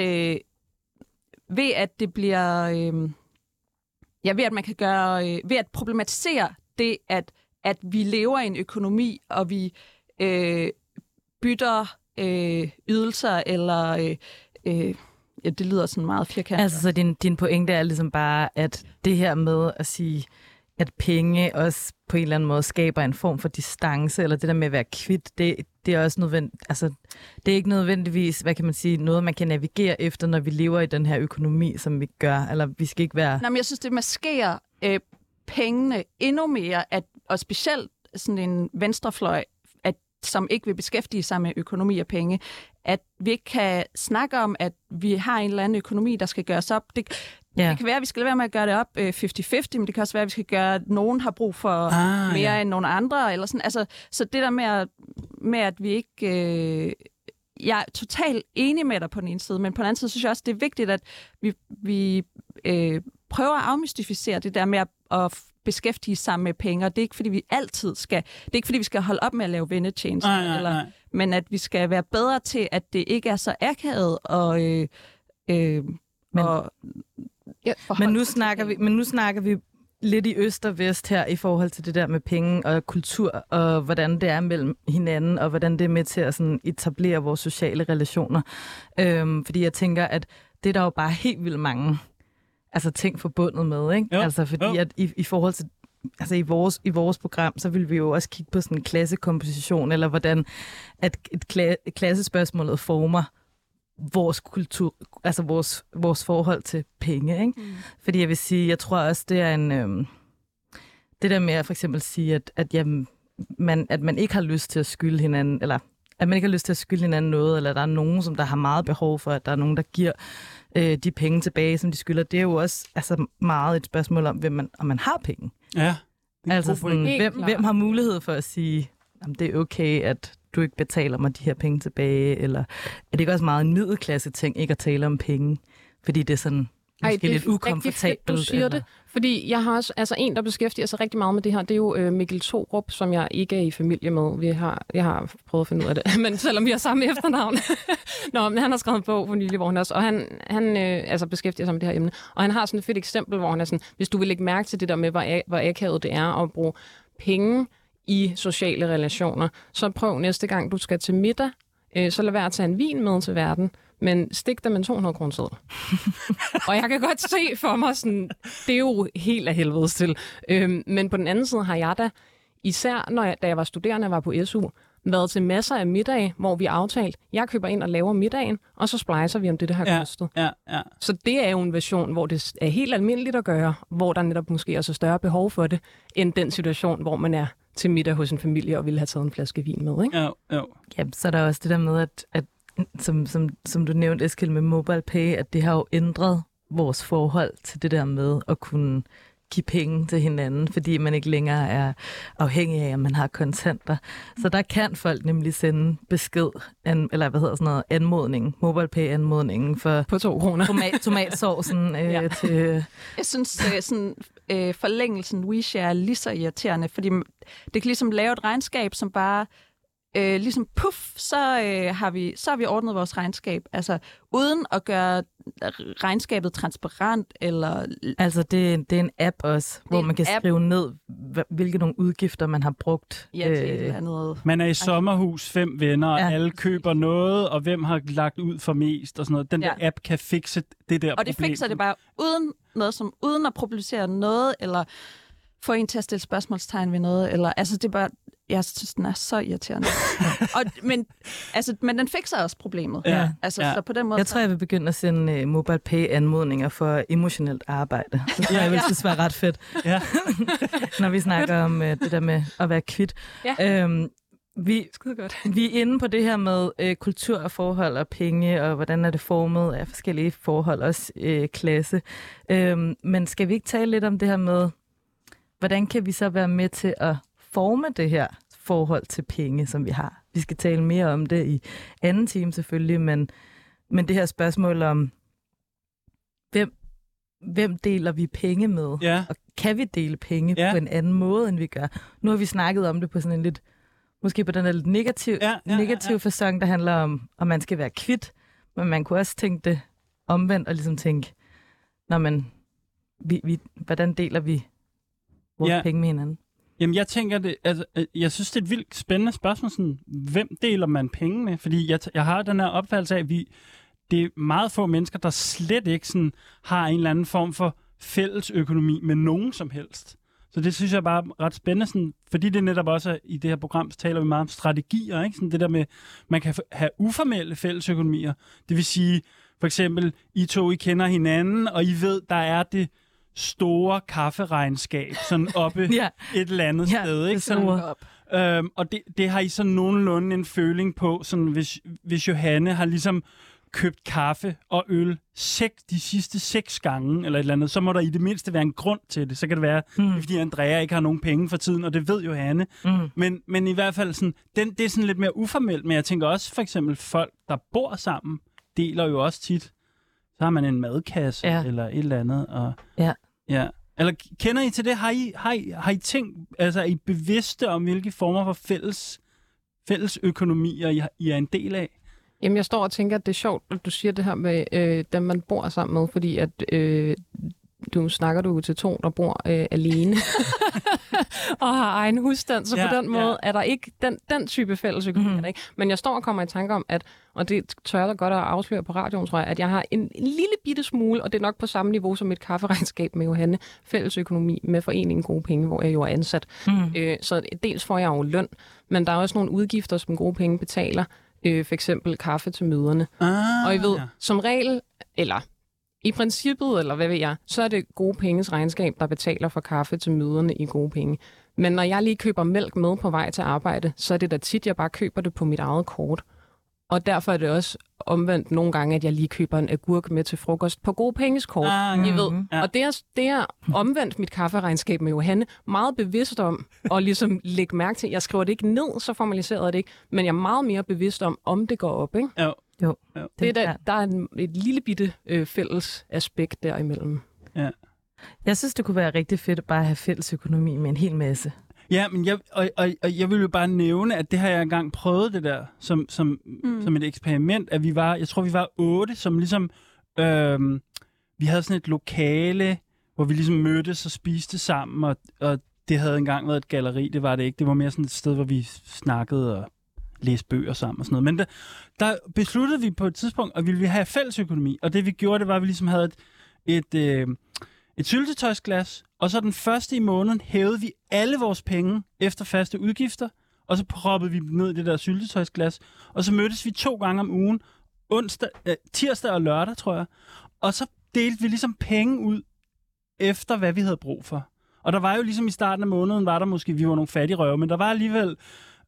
at det bliver... ved at man kan gøre... ved at problematisere det, at vi lever i en økonomi, og vi bytter ydelser, eller... det lyder sådan meget firkantet. Altså, så din pointe er ligesom bare, at det her med at sige, at penge også på en eller anden måde skaber en form for distance, eller det der med at være kvit, det er også nødvendigt. Altså, det er ikke nødvendigvis, hvad kan man sige, noget, man kan navigere efter, når vi lever i den her økonomi, som vi gør. Eller vi skal ikke være... Nej, men jeg synes, det maskerer pengene endnu mere, og specielt sådan en venstrefløj, som ikke vil beskæftige sig med økonomi og penge, at vi ikke kan snakke om, at vi har en eller anden økonomi, der skal gøres op. Det kan være, at vi skal lade være med at gøre det op 50-50, men det kan også være, at vi skal gøre, at nogen har brug for mere end nogle andre. Eller sådan. Altså, så det der med, at vi ikke... jeg er totalt enig med dig på den ene side, men på den anden side synes jeg også, det er vigtigt, at vi prøver at afmystificere det der med at beskæftige sig med penge, og det er ikke, fordi vi altid skal... Det er ikke, fordi vi skal holde op med at lave vennetjenester, men at vi skal være bedre til, at det ikke er så akavet Men nu snakker vi lidt i øst og vest her i forhold til det der med penge og kultur, og hvordan det er mellem hinanden, og hvordan det er med til at sådan etablere vores sociale relationer. Fordi jeg tænker, at det er der jo bare helt vildt mange ting forbundet med, ikke? Altså fordi at i forhold til i vores program, så vil vi jo også kigge på sådan en klassekomposition, eller hvordan at klassespørgsmålet former vores kultur, altså vores forhold til penge, ikke? Fordi jeg vil sige, jeg tror også, det er en... det der med at for eksempel sige, at man ikke har lyst til at skylde hinanden, eller at man ikke har lyst til at skylde hinanden noget, eller der er nogen, som der har meget behov for, at der er nogen, der giver de penge tilbage, som de skylder. Det er jo også meget et spørgsmål om, om man har penge. Ja. Altså sådan, hvem har mulighed for at sige, at det er okay, at du ikke betaler mig de her penge tilbage, eller er det ikke også meget en middelklasse ting, ikke at tale om penge, fordi det er sådan måske lidt ukomfortabelt? Du siger det, fordi jeg har også, en, der beskæftiger sig rigtig meget med det her, det er jo Mikkel Thorup, som jeg ikke er i familie med. Jeg har prøvet at finde ud af det, men selvom vi har samme efternavn. Men han har skrevet en bog for nylig, hvor han også, og han beskæftiger sig med det her emne, og han har sådan et fedt eksempel, hvor han er sådan, hvis du vil lægge mærke til det der med, hvor akavet det er at bruge penge i sociale relationer, så prøv næste gang, du skal til middag, så lad være at tage en vin med til verden, men stik dig med en 200 kroner seddel. Og jeg kan godt se for mig sådan, det er jo helt af helvedes til. Men på den anden side har jeg da, især da jeg var studerende og var på SU, været til masser af middage, hvor vi aftalt, jeg køber ind og laver middagen, og så splejser vi om det har kostet. Ja. Så det er jo en version, hvor det er helt almindeligt at gøre, hvor der netop måske er så større behov for det, end den situation, hvor man er til middag hos en familie og ville have taget en flaske vin med, ikke? Jo. Ja, så er der også det der med, at som du nævnte, Eskild, med MobilePay, at det har jo ændret vores forhold til det der med at kunne give penge til hinanden, fordi man ikke længere er afhængig af, at man har kontanter. Så der kan folk nemlig sende besked, anmodning, MobilePay-anmodningen for 2 kroner. Tomatsaucen til... Jeg synes, forlængelsen WeShare er lige så irriterende, fordi det kan ligesom lave et regnskab, som bare ligesom puff, så har vi ordnet vores regnskab. Altså uden at gøre regnskabet transparent, eller... Altså det er en app også, hvor man kan skrive ned, hvilke nogle udgifter man har brugt. Ja, til et eller andet. Man er i sommerhus, 5 venner, og alle køber noget, og hvem har lagt ud for mest, og sådan noget. Den der app kan fikse det der problem. Og det fikser det bare uden at problematisere noget, eller få en til at stille spørgsmålstegn ved noget, eller altså det er bare... Jeg synes, den er så irriterende. Men den fikser også problemet. Ja. Så på den måde... Jeg tror, jeg vil begynde at sende MobilePay-anmodninger for emotionelt arbejde. Så tror jeg, vil synes være ret fedt. Ja. Når vi snakker om det der med at være kvit. Ja. Vi er inde på det her med kultur og forhold og penge, og hvordan er det formet af forskellige forhold, også klasse. Men skal vi ikke tale lidt om det her med, hvordan kan vi så være med til at forme det her forhold til penge, som vi har? Vi skal tale mere om det i anden time selvfølgelig, men det her spørgsmål om, hvem deler vi penge med? Ja. Og kan vi dele penge på en anden måde, end vi gør? Nu har vi snakket om det på sådan en lidt, måske på den der lidt negativ facon, der handler om man skal være kvit, men man kunne også tænke det omvendt, og ligesom tænke, hvordan deler vi vores penge med hinanden? Jamen, jeg tænker jeg synes, det er et vildt spændende spørgsmål, sådan, hvem deler man penge med? Fordi jeg har den her opfattelse af, at det er meget få mennesker, der slet ikke sådan, har en eller anden form for fælles økonomi med nogen som helst. Så det synes jeg bare er ret spændende, sådan, fordi det netop også i det her program, så taler vi meget om strategier, ikke? Sådan det der med, man kan have uformelle fælles økonomier. Det vil sige, for eksempel, I kender hinanden, og I ved, der er det store kafferegnskab sådan oppe et eller andet sted, ikke? Sådan, og det har I sådan nogenlunde en føling på, sådan hvis Johanne har ligesom købt kaffe og øl de sidste 6 gange, eller et eller andet, så må der i det mindste være en grund til det. Så kan det være, fordi Andrea ikke har nogen penge for tiden, og det ved Johanne. Men i hvert fald, sådan, det er sådan lidt mere uformelt, men jeg tænker også for eksempel folk, der bor sammen, deler jo også tit. Så har man en madkasse eller et eller andet. Og, ja. Eller kender I til det? Har I tænkt, altså er I bevidste om, hvilke former for fælles økonomier I er en del af? Jamen, jeg står og tænker, at det er sjovt, at du siger det her med dem, man bor sammen med, fordi at du snakker til to, der bor alene og har egen husstand, så på den måde er der ikke den type fælles økonomi. Ikke? Men jeg står og kommer i tanke om, at, og det tør jeg da godt at afsløre på radioen, tror jeg, at jeg har en lille bitte smule, og det er nok på samme niveau som et kafferegnskab med Johanne, fælles økonomi med foreningen Gode Penge, hvor jeg jo er ansat. Så dels får jeg jo løn, men der er også nogle udgifter, som Gode Penge betaler, for eksempel kaffe til møderne. Og I ved, som regel, eller i princippet, eller hvad ved jeg, så er det Gode Penges regnskab, der betaler for kaffe til møderne i Gode Penge. Men når jeg lige køber mælk med på vej til arbejde, så er det da tit, jeg bare køber det på mit eget kort. Og derfor er det også omvendt nogle gange, at jeg lige køber en agurk med til frokost på Gode Penges kort. I ved. Og det er omvendt mit kafferegnskab med Johanne meget bevidst om, og ligesom lægge mærke til, jeg skriver det ikke ned, så formaliserer det ikke, men jeg er meget mere bevidst om det går op, ikke? Jo. Det er der er et lille bitte fælles aspekt derimellem. Ja. Jeg synes, det kunne være rigtig fedt bare at have fælles økonomi med en hel masse. Ja, men jeg vil jo bare nævne, at det har jeg engang prøvet det der, som et eksperiment, at jeg tror vi var 8, som ligesom, vi havde sådan et lokale, hvor vi ligesom mødtes og spiste sammen, og det havde engang været et galleri, det var det ikke. Det var mere sådan et sted, hvor vi snakkede og læste bøger sammen og sådan noget. Men der besluttede vi på et tidspunkt, at vi ville have fælles økonomi, og det vi gjorde, det var, at vi ligesom havde et syltetøjsglas, og så den første i måneden hævede vi alle vores penge efter faste udgifter, og så proppede vi ned i det der syltetøjsglas, og så mødtes vi 2 gange om ugen, tirsdag og lørdag, tror jeg, og så delte vi ligesom penge ud efter, hvad vi havde brug for. Og der var jo ligesom i starten af måneden, vi var nogle fattige røve, men der var alligevel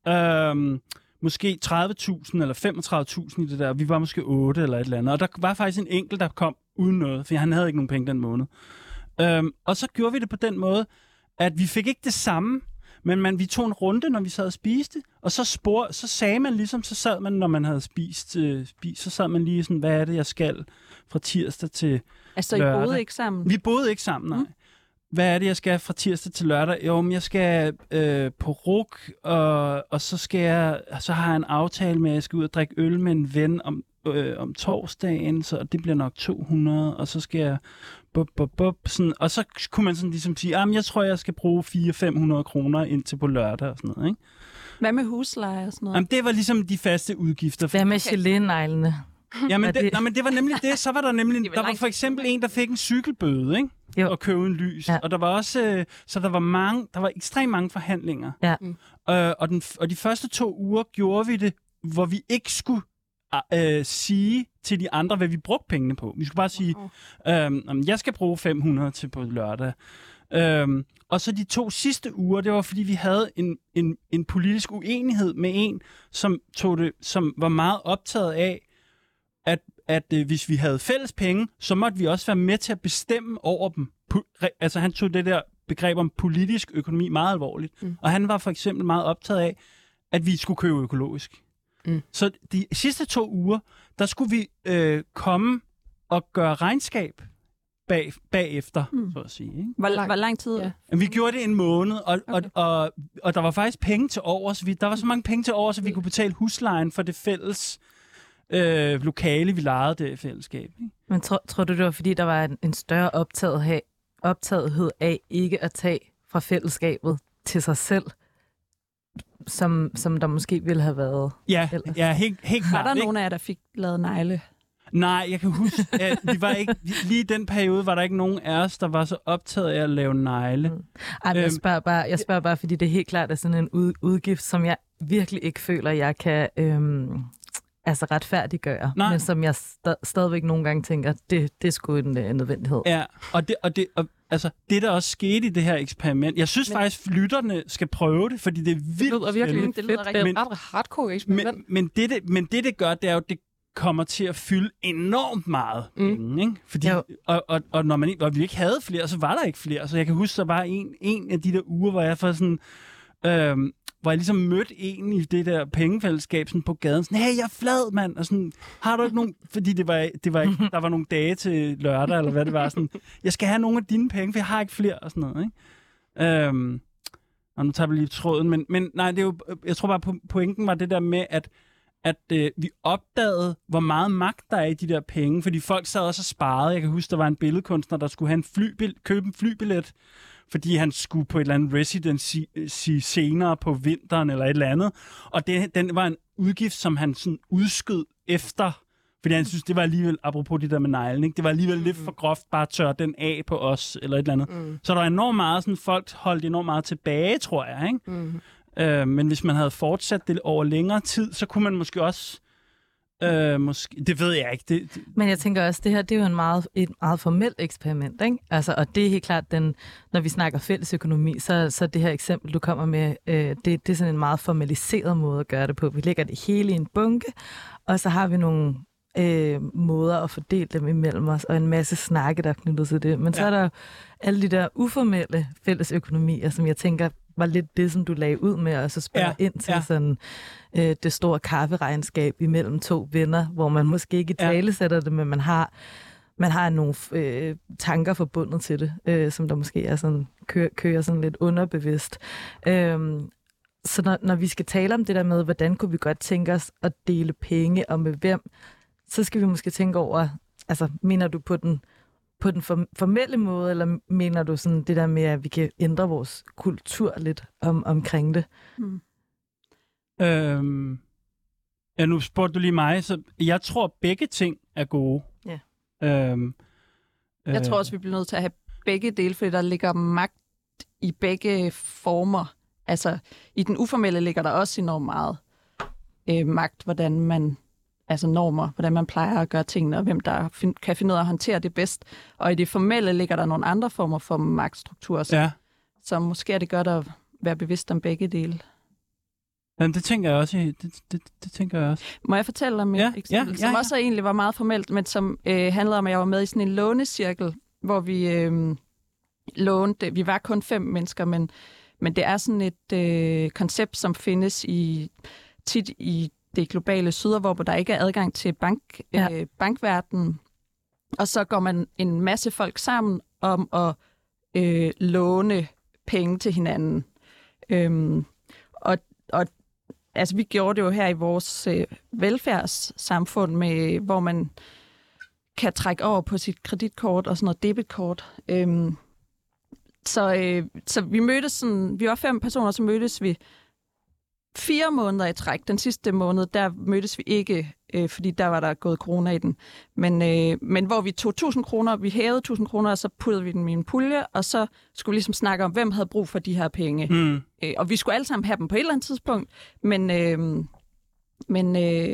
måske 30.000 eller 35.000 i det der, vi var måske 8 eller et eller andet, og der var faktisk en enkelt, der kom uden noget, for han havde ikke nogen penge den måned. Og så gjorde vi det på den måde, at vi fik ikke det samme, men vi tog en runde, når vi sad og spiste, og så sagde man ligesom, så sad man, når man havde spist, så sad man lige sådan, hvad er det, jeg skal fra tirsdag til lørdag. I boede ikke sammen? Vi boede ikke sammen, nej. Hvad er det, jeg skal fra tirsdag til lørdag? Jo, men jeg skal på RUK, og så har jeg en aftale med, at jeg skal ud og drikke øl med en ven om torsdagen, så det bliver nok 200, og så skal jeg sådan, og så kunne man sådan ligesom sige, jeg tror, jeg skal bruge 400-500 kroner indtil på lørdag og sådan noget, ikke? Hvad med husleje og sådan noget? Jamen, det var ligesom de faste udgifter. Hvad med geléneglene? Jamen, det var nemlig det. Så var der nemlig, der var for eksempel en, der fik en cykelbøde, ikke? Jo. Og købe en lys. Ja. Og der var også, så der var ekstremt mange forhandlinger. Ja. Og de første 2 uger gjorde vi det, hvor vi ikke skulle sige til de andre, hvad vi brugte pengene på. Vi skulle bare sige, jeg skal bruge 500 til på lørdag. Og så de 2 sidste uger, det var fordi, vi havde en politisk uenighed med en, som var meget optaget af, at hvis vi havde fælles penge, så måtte vi også være med til at bestemme over dem. Altså han tog det der begreb om politisk økonomi meget alvorligt. Og han var for eksempel meget optaget af, at vi skulle købe økologisk. Så de sidste 2 uger, der skulle vi komme og gøre regnskab bagefter, så at sige. Ikke? Hvor lang tid? Ja. Vi gjorde det en måned, og der var faktisk penge til overs. Der var så mange penge til overs, at vi kunne betale huslejen for det fælles lokale, vi lejede det i fællesskab. Ikke? Men tror du, det var fordi, der var en større optagethed af ikke at tage fra fællesskabet til sig selv, som der måske ville have været? Ja, helt klart. Var der nogen af jer, der fik lavet negle? Nej, jeg kan huske, at vi var ikke, lige i den periode var der ikke nogen af os, der var så optaget af at lave negle. Jeg spørger bare, fordi det er helt klart er sådan en udgift, som jeg virkelig ikke føler, jeg kan retfærdiggøre, men som jeg stadigvæk nogle gange tænker, det er sgu en nødvendighed. Ja, og det der også skete i det her eksperiment, jeg synes faktisk, lytterne skal prøve det, fordi det er vildt. Det lyder virkelig fedt. Det lyder ret hardcore eksperiment. Men det gør, det er jo, det kommer til at fylde enormt meget penge, ikke? Fordi, og når vi ikke havde flere, så var der ikke flere. Så jeg kan huske, så var en af de der uger, hvor jeg sådan... hvor jeg ligesom mødte en i det der pengefællesskab sådan på gaden. Sådan, hey, jeg er flad, mand. Og sådan, har du ikke nogen... Fordi der var nogle dage til lørdag, eller hvad det var. Sådan, jeg skal have nogle af dine penge, for jeg har ikke flere, og sådan noget, ikke? Og nu tager vi lige tråden, men nej, det er jo... Jeg tror bare, pointen var det der med, at vi opdagede, hvor meget magt der er i de der penge, fordi folk sad også og sparede. Jeg kan huske, der var en billedkunstner, der skulle have købe en flybillet, fordi han skulle på et eller andet residency senere på vinteren eller et eller andet. Og den var en udgift, som han sådan udskød efter, fordi han synes, det var alligevel, apropos det der med neglen, ikke? Det var alligevel lidt for groft bare at tørre den af på os, eller et eller andet. Så der var enormt meget, sådan folk holdt enormt meget tilbage, tror jeg, ikke? Men hvis man havde fortsat det over længere tid, så kunne man måske også... måske, det ved jeg ikke. Men jeg tænker også, det her det er jo et meget formelt eksperiment, ikke? Altså, og det er helt klart, når vi snakker fælles økonomi, så det her eksempel, du kommer med, det er sådan en meget formaliseret måde at gøre det på. Vi lægger det hele i en bunke, og så har vi nogle måder at fordele dem imellem os, og en masse snakke, der er knyttet til det. Men så er der alle de der uformelle fælles økonomier, som jeg tænker var lidt det, som du lagde ud med, og så spørge ind til sådan det store kafferegnskab imellem to venner, hvor man måske ikke talesætter det, men man har nogle tanker forbundet til det, som der måske er sådan, kører sådan lidt underbevidst. Så når vi skal tale om det der med, hvordan kunne vi godt tænke os at dele penge, og med hvem, så skal vi måske tænke over, altså mener du på den formelle måde, eller mener du sådan det der med, at vi kan ændre vores kultur lidt omkring det? Ja, nu spurgte du lige mig, så jeg tror, begge ting er gode. Ja. Jeg tror også, vi bliver nødt til at have begge dele, fordi der ligger magt i begge former. Altså, i den uformelle ligger der også enormt meget magt, hvordan man... Altså normer, hvordan man plejer at gøre tingene, og hvem der kan finde ud af at håndtere det bedst. Og i det formelle ligger der nogle andre former for magtstrukturer, så måske er det godt at være bevidst om begge dele. Jamen, det tænker jeg også. Det tænker jeg også. Må jeg fortælle om et eksempel, som også egentlig var meget formelt, men som handlede om, at jeg var med i sådan en lånecirkel, hvor vi lånte. Vi var kun 5 mennesker, men det er sådan et koncept, som findes tit i det globale syd, hvor der ikke er adgang til bankverdenen. Og så går man en masse folk sammen om at låne penge til hinanden. Og altså, vi gjorde det jo her i vores velfærdssamfund, hvor man kan trække over på sit kreditkort og sådan noget debitkort. Så vi mødtes sådan, vi var 5 personer, så mødtes vi 4 måneder i træk. Den sidste måned, der mødtes vi ikke, fordi der var der gået corona i den. Men hvor vi tog 1.000 kroner, vi hævede 1.000 kroner, og så puttede vi dem i en pulje, og så skulle vi ligesom snakke om, hvem havde brug for de her penge. Og vi skulle alle sammen have dem på et eller andet tidspunkt, men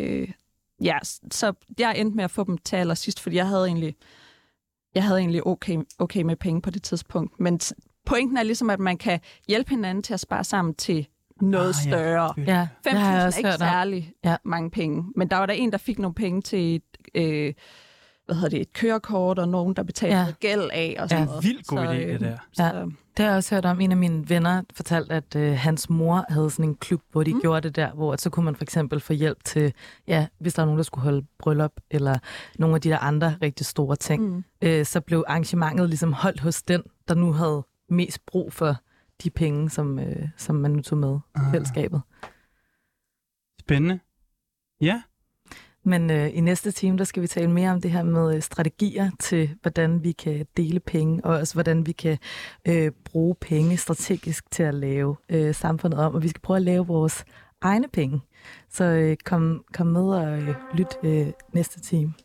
så jeg endte med at få dem til allersidst, fordi jeg havde egentlig okay med penge på det tidspunkt. Men pointen er ligesom, at man kan hjælpe hinanden til at spare sammen til noget større. 5.000 er ikke særlig mange penge. Men der var der en, der fik nogle penge til et kørekort, og nogen, der betalte gæld af. Og sådan noget. Vildt god idé, det der. Det har jeg også hørt om. En af mine venner fortalte, at hans mor havde sådan en klub, hvor de gjorde det der, hvor så kunne man for eksempel få hjælp til, hvis der er nogen, der skulle holde bryllup, eller nogle af de der andre rigtig store ting. Så blev arrangementet ligesom holdt hos den, der nu havde mest brug for de penge, som man nu tog med i fællesskabet. Spændende. Ja. Men i næste time, der skal vi tale mere om det her med strategier til, hvordan vi kan dele penge, og også hvordan vi kan bruge penge strategisk til at lave samfundet om, og vi skal prøve at lave vores egne penge. Så kom med og lyt næste time.